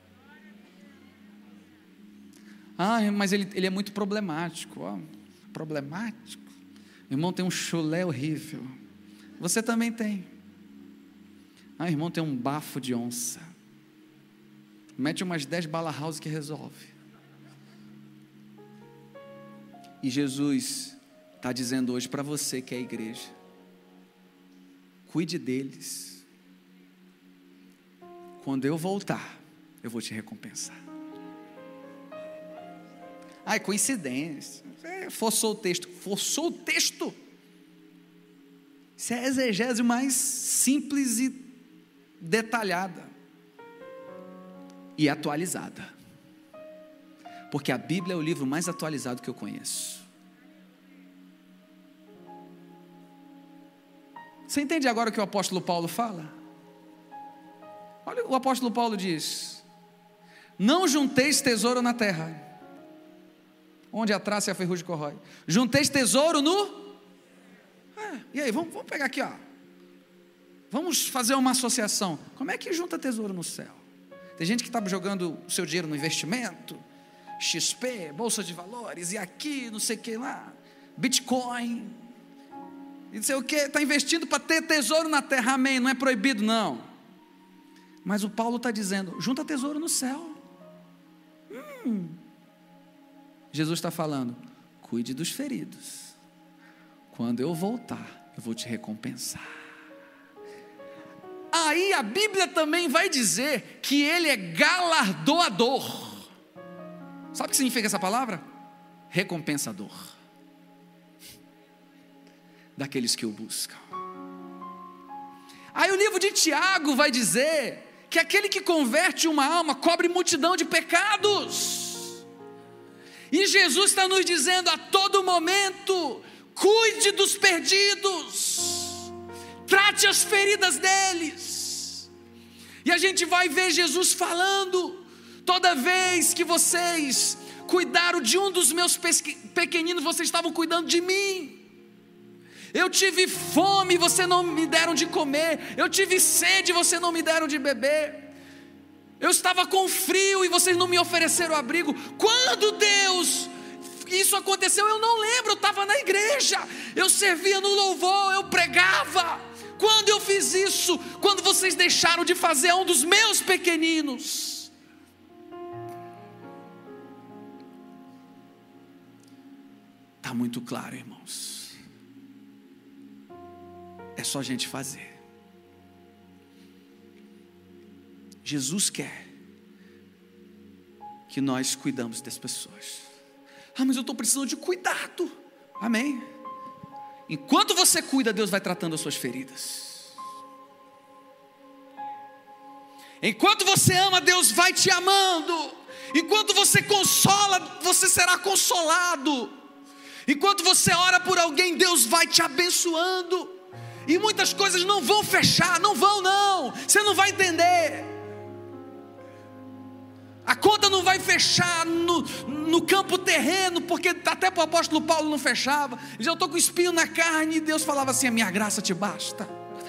Ah, mas ele, ele é muito problemático. Ó, problemático? Irmão, tem um chulé horrível. Você também tem. Ah, irmão, tem um bafo de onça. Mete umas dez bala house que resolve. E Jesus está dizendo hoje para você que é a igreja: cuide deles. Quando eu voltar, eu vou te recompensar. Ai, coincidência. É, forçou o texto. Forçou o texto. Isso é a exegese mais simples e detalhada. E atualizada. Porque a Bíblia é o livro mais atualizado que eu conheço. Você entende agora o que o apóstolo Paulo fala? Olha, o apóstolo Paulo diz: não junteis tesouro na terra, onde a traça e a ferrugem corrói. Junteis tesouro no... É, e aí, vamos, vamos pegar aqui, ó. Vamos fazer uma associação. Como é que junta tesouro no céu? Tem gente que está jogando o seu dinheiro no investimento, X P, bolsa de valores, e aqui, não sei o que lá, Bitcoin, e não sei o que, está investindo para ter tesouro na terra, amém, não é proibido não. Mas o Paulo está dizendo: junta tesouro no céu. Hum. Jesus está falando: cuide dos feridos. Quando eu voltar, eu vou te recompensar. Aí a Bíblia também vai dizer que Ele é galardoador. Sabe o que significa essa palavra? Recompensador daqueles que o buscam. Aí o livro de Tiago vai dizer que aquele que converte uma alma cobre multidão de pecados. E Jesus está nos dizendo a todo momento: cuide dos perdidos, trate as feridas deles. E a gente vai ver Jesus falando: toda vez que vocês cuidaram de um dos meus pequeninos, vocês estavam cuidando de mim. Eu tive fome, vocês não me deram de comer. Eu tive sede, vocês não me deram de beber. Eu estava com frio e vocês não me ofereceram abrigo. Quando Deus, isso aconteceu, eu não lembro. Eu estava na igreja, eu servia no louvor, eu pregava. Quando eu fiz isso? Quando vocês deixaram de fazer a um dos meus pequeninos. Está muito claro, irmãos. É só a gente fazer. Jesus quer que nós cuidamos das pessoas. Ah, mas eu estou precisando de cuidado. Amém. Enquanto você cuida, Deus vai tratando as suas feridas. Enquanto você ama, Deus vai te amando. Enquanto você consola, você será consolado. Enquanto você ora por alguém, Deus vai te abençoando. E muitas coisas não vão fechar, não vão não. Você não vai entender. A conta não vai fechar no, no campo terreno, porque até para o apóstolo Paulo não fechava. Já eu estou com espinho na carne e Deus falava assim: a minha graça te basta.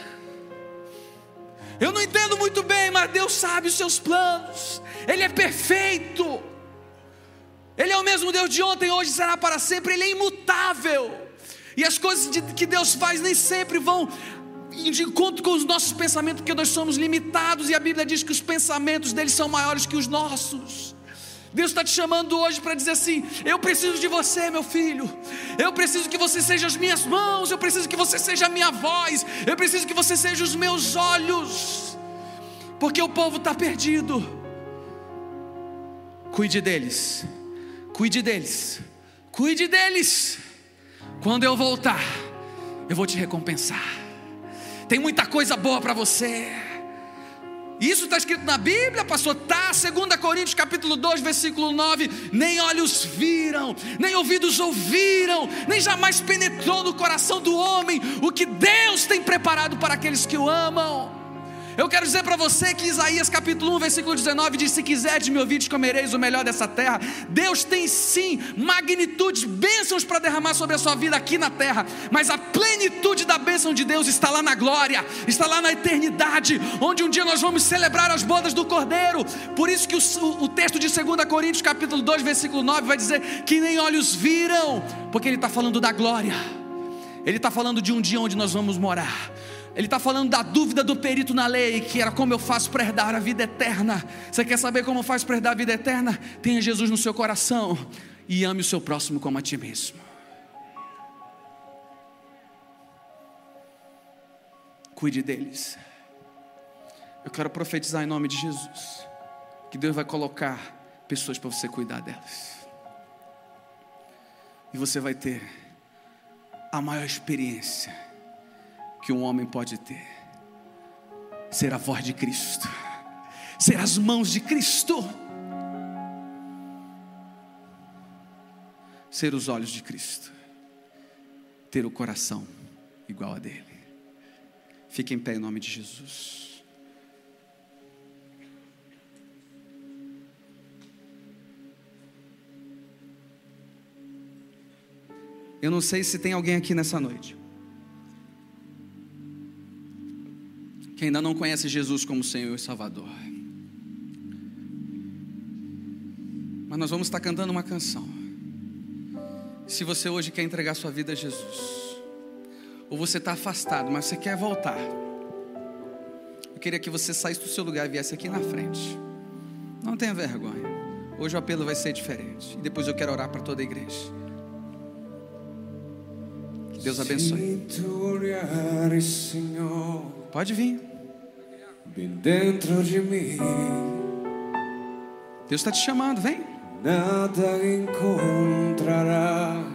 Eu não entendo muito bem, mas Deus sabe os seus planos. Ele é perfeito. Ele é o mesmo Deus de ontem, hoje e será para sempre. Ele é imutável. E as coisas de, que Deus faz nem sempre vão de encontro com os nossos pensamentos, porque nós somos limitados, e a Bíblia diz que os pensamentos dele são maiores que os nossos. Deus está te chamando hoje para dizer assim: eu preciso de você, meu filho. Eu preciso que você seja as minhas mãos. Eu preciso que você seja a minha voz. Eu preciso que você seja os meus olhos, porque o povo está perdido. Cuide deles. Cuide deles. Cuide deles. Quando eu voltar, eu vou te recompensar. Tem muita coisa boa para você. Isso está escrito na Bíblia, pastor? Tá, segunda Coríntios capítulo dois, versículo nove. Nem olhos viram, nem ouvidos ouviram, nem jamais penetrou no coração do homem o que Deus tem preparado para aqueles que o amam. Eu quero dizer para você que Isaías capítulo um, versículo dezenove diz: se quiserdes me ouvir, comereis o melhor dessa terra. Deus tem sim magnitudes, bênçãos para derramar sobre a sua vida aqui na terra, mas a plenitude da bênção de Deus está lá na glória, está lá na eternidade, onde um dia nós vamos celebrar as bodas do Cordeiro. Por isso que o, o texto de segunda Coríntios capítulo dois, versículo nove vai dizer que nem olhos viram, porque ele está falando da glória. Ele está falando de um dia onde nós vamos morar. Ele está falando da dúvida do perito na lei, que era: como eu faço para herdar a vida eterna? Você quer saber como faz para herdar a vida eterna? Tenha Jesus no seu coração e ame o seu próximo como a ti mesmo. Cuide deles. Eu quero profetizar em nome de Jesus que Deus vai colocar pessoas para você cuidar delas, e você vai ter a maior experiência que um homem pode ter: ser a voz de Cristo, ser as mãos de Cristo, ser os olhos de Cristo, ter o coração igual a dele. Fique em pé em nome de Jesus. Eu não sei se tem alguém aqui nessa noite que ainda não conhece Jesus como Senhor e Salvador. Mas nós vamos estar cantando uma canção. Se você hoje quer entregar sua vida a Jesus, ou você está afastado, mas você quer voltar, eu queria que você saísse do seu lugar e viesse aqui na frente. Não tenha vergonha. Hoje o apelo vai ser diferente, e depois eu quero orar para toda a igreja. Que Deus abençoe. Pode vir. Bem dentro de mim, Deus está te chamando, vem. Nada encontrarás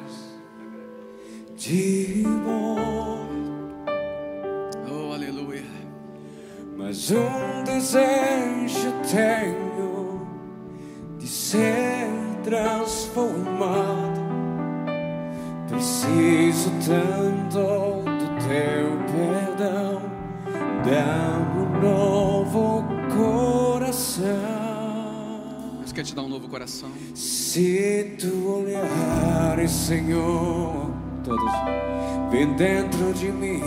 de bom. Oh, aleluia. Mas um desejo tenho de ser transformado. Preciso tanto do teu perdão. Dá-me um novo coração. Deus quer te dar um novo coração. Se tu olhares, Senhor, todos, vem dentro de mim.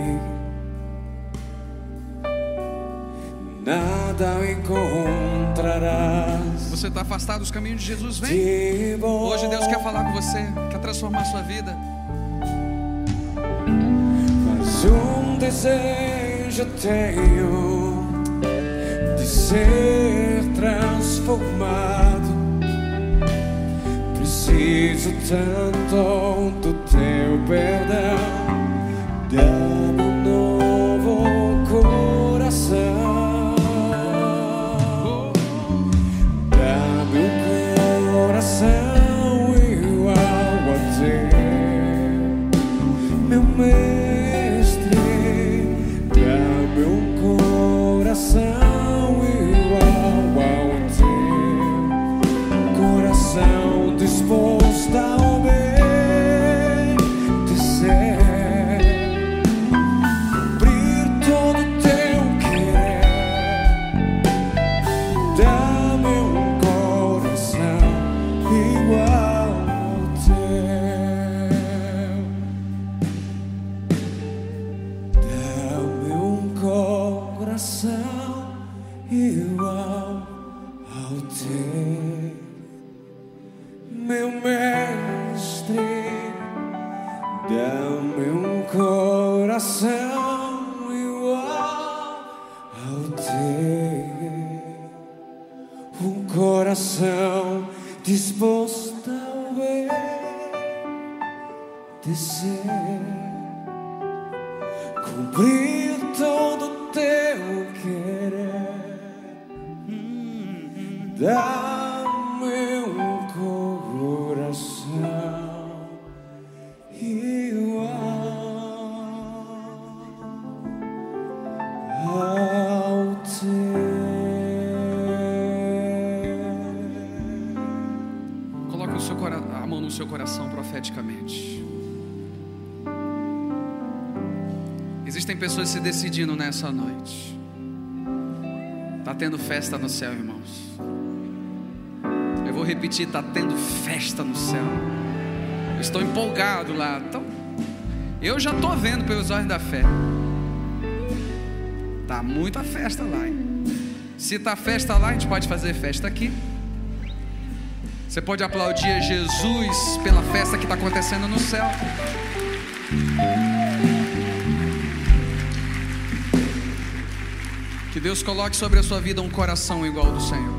Nada encontrarás. Você está afastado dos caminhos de Jesus, vem. Hoje Deus quer falar com você, quer transformar a sua vida. Mas um desejo tenho de ser transformado. Preciso tanto do teu perdão. Dá-me um novo coração. Dá-me um coração igual a teu, meu mestre. Dá-me um coração igual ao teu, coração disposto a obedecer. igual ao teu, meu mestre, dá-me um coração igual ao teu, um coração disposto a obedecer, cumprir todo o teu querer. Dá-me um coração igual ao teu. Coloque o seu cora- a mão no seu coração profeticamente. Existem pessoas se decidindo nessa noite. Está tendo festa no céu, irmãos. Eu vou repetir, está tendo festa no céu. Eu estou empolgado lá. Então, eu já estou vendo pelos olhos da fé. Tá muita festa lá, hein? Se está festa lá, a gente pode fazer festa aqui. Você pode aplaudir a Jesus pela festa que está acontecendo no céu. Que Deus coloque sobre a sua vida um coração igual ao do Senhor.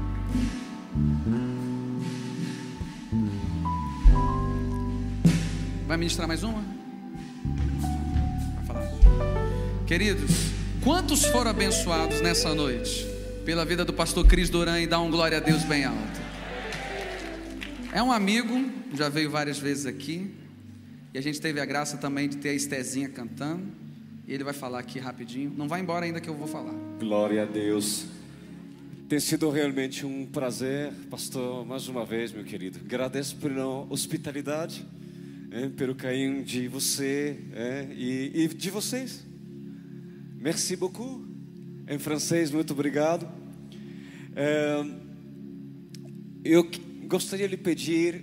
Vai ministrar mais uma? Vai falar. Queridos, quantos foram abençoados nessa noite pela vida do pastor Cris Duran e dá um glória a Deus bem alto? É um amigo, já veio várias vezes aqui. E a gente teve a graça também de ter a Estezinha cantando. E ele vai falar aqui rapidinho. Não vai embora ainda que eu vou falar. Glória a Deus. Tem sido realmente um prazer, pastor, mais uma vez, meu querido. Agradeço pela hospitalidade, é, pelo carinho de você é, e, e de vocês. Merci beaucoup. Em francês, muito obrigado. É, eu gostaria de lhe pedir,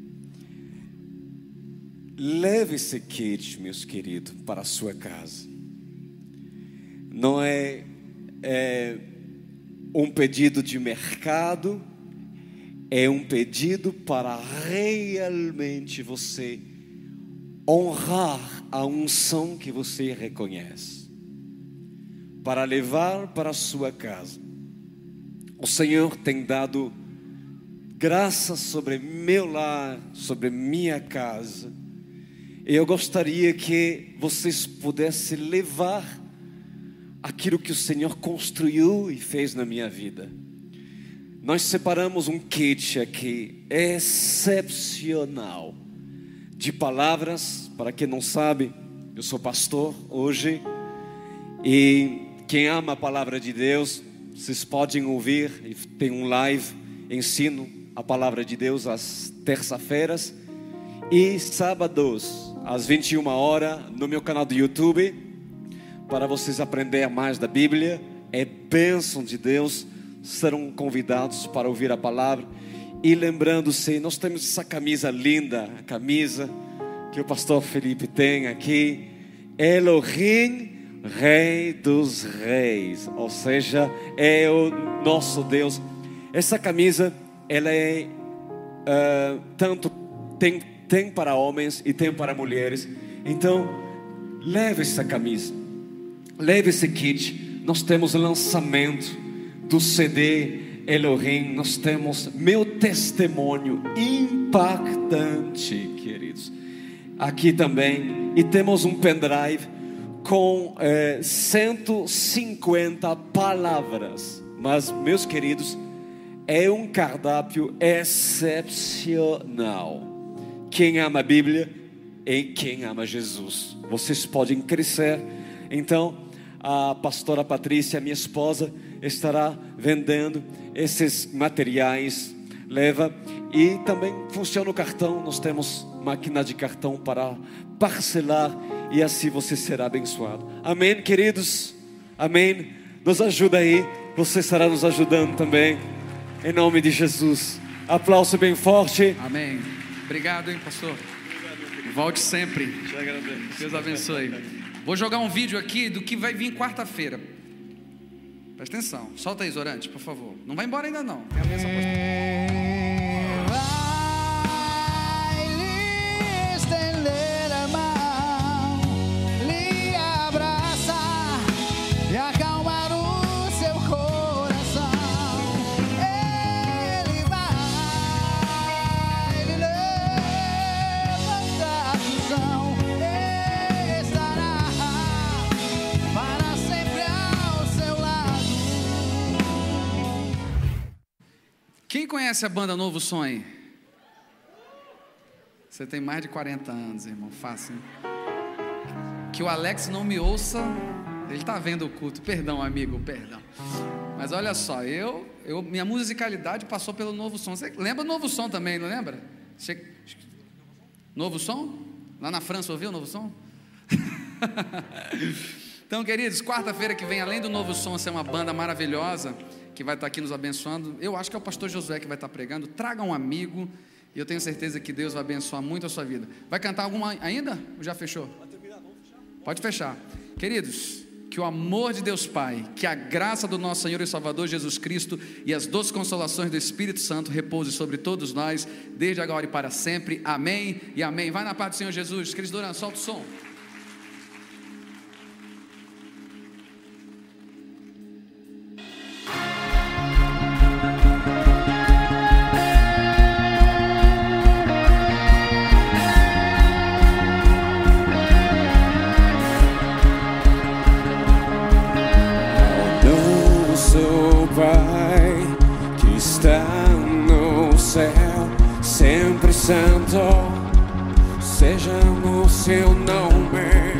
leve esse kit, meus queridos, para a sua casa. Não é, é um pedido de mercado, é um pedido para realmente você honrar a unção que você reconhece, para levar para a sua casa. O Senhor tem dado graça sobre meu lar, sobre minha casa. E eu gostaria que vocês pudessem levar aquilo que o Senhor construiu e fez na minha vida. Nós separamos um kit aqui excepcional de palavras. Para quem não sabe, eu sou pastor hoje, e quem ama a palavra de Deus, vocês podem ouvir, e tem um live, ensino a palavra de Deus às terça-feiras e sábados às vinte e uma horas no meu canal do YouTube, para vocês aprenderem mais da Bíblia. É bênção de Deus. Serão convidados para ouvir a palavra. E lembrando-se, nós temos essa camisa linda, a camisa que o pastor Felipe tem aqui, Elohim, Rei dos Reis, ou seja, é o nosso Deus. Essa camisa, ela é uh, tanto tem, tem para homens e tem para mulheres. Então, leve essa camisa, leve esse kit. Nós temos lançamento do C D Elohim, nós temos meu testemunho impactante, queridos, aqui também. E temos um pendrive com eh, cento e cinquenta palavras. Mas, meus queridos, é um cardápio excepcional. Quem ama a Bíblia e quem ama Jesus, vocês podem crescer. Então, a pastora Patrícia, minha esposa, estará vendendo esses materiais. Leva. E também funciona o cartão. Nós temos máquina de cartão para parcelar, e assim você será abençoado. Amém, queridos? Amém. Nos ajuda aí, você estará nos ajudando também, em nome de Jesus. Aplauso bem forte. Amém. Obrigado, hein, pastor. Volte sempre. Deus abençoe. Vou jogar um vídeo aqui do que vai vir quarta-feira. Presta atenção. Solta aí, Zorante, por favor. Não vai embora ainda não. Tem a mesa posta. Vai lhe estender a mão, lhe abraçar e acalmar o seu coração. Ele vai lhe levantar do chão, estará para sempre ao seu lado. Quem conhece a banda Novo Som aí? Você tem mais de quarenta anos, irmão. Fácil, hein? Que o Alex não me ouça. Ele tá vendo o culto. Perdão, amigo, perdão. Mas olha só, eu, eu minha musicalidade passou pelo Novo Som. Você lembra do Novo Som também, não lembra? Che... Novo Som? Lá na França, ouviu o Novo Som? Então, queridos, quarta-feira que vem, além do Novo Som ser uma banda maravilhosa, que vai estar aqui nos abençoando, eu acho que é o pastor Josué que vai estar pregando. Traga um amigo, e eu tenho certeza que Deus vai abençoar muito a sua vida. Vai cantar alguma ainda? Ou já fechou? Pode fechar. Queridos, que o amor de Deus Pai, que a graça do nosso Senhor e Salvador Jesus Cristo e as doces consolações do Espírito Santo repouse sobre todos nós, desde agora e para sempre. Amém e amém. Vai na paz do Senhor Jesus. Cris Duran, solta o som. Pai que está no céu, sempre santo, seja o seu nome.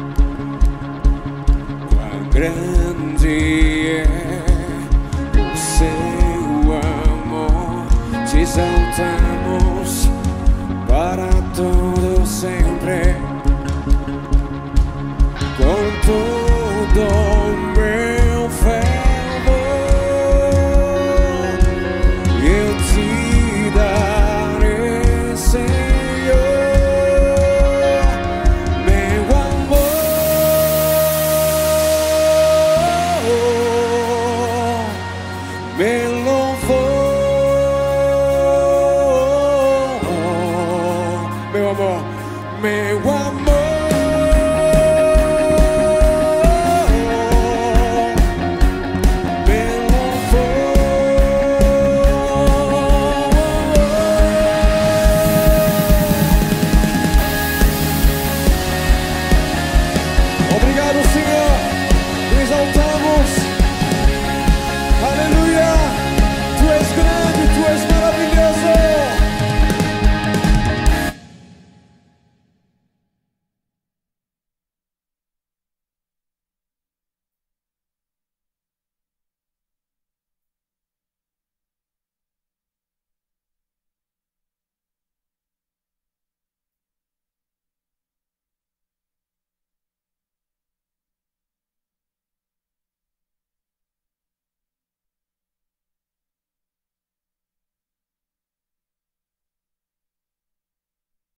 Quão grande é o seu amor, te exaltamos para todo sempre. Com todo o meu fé meu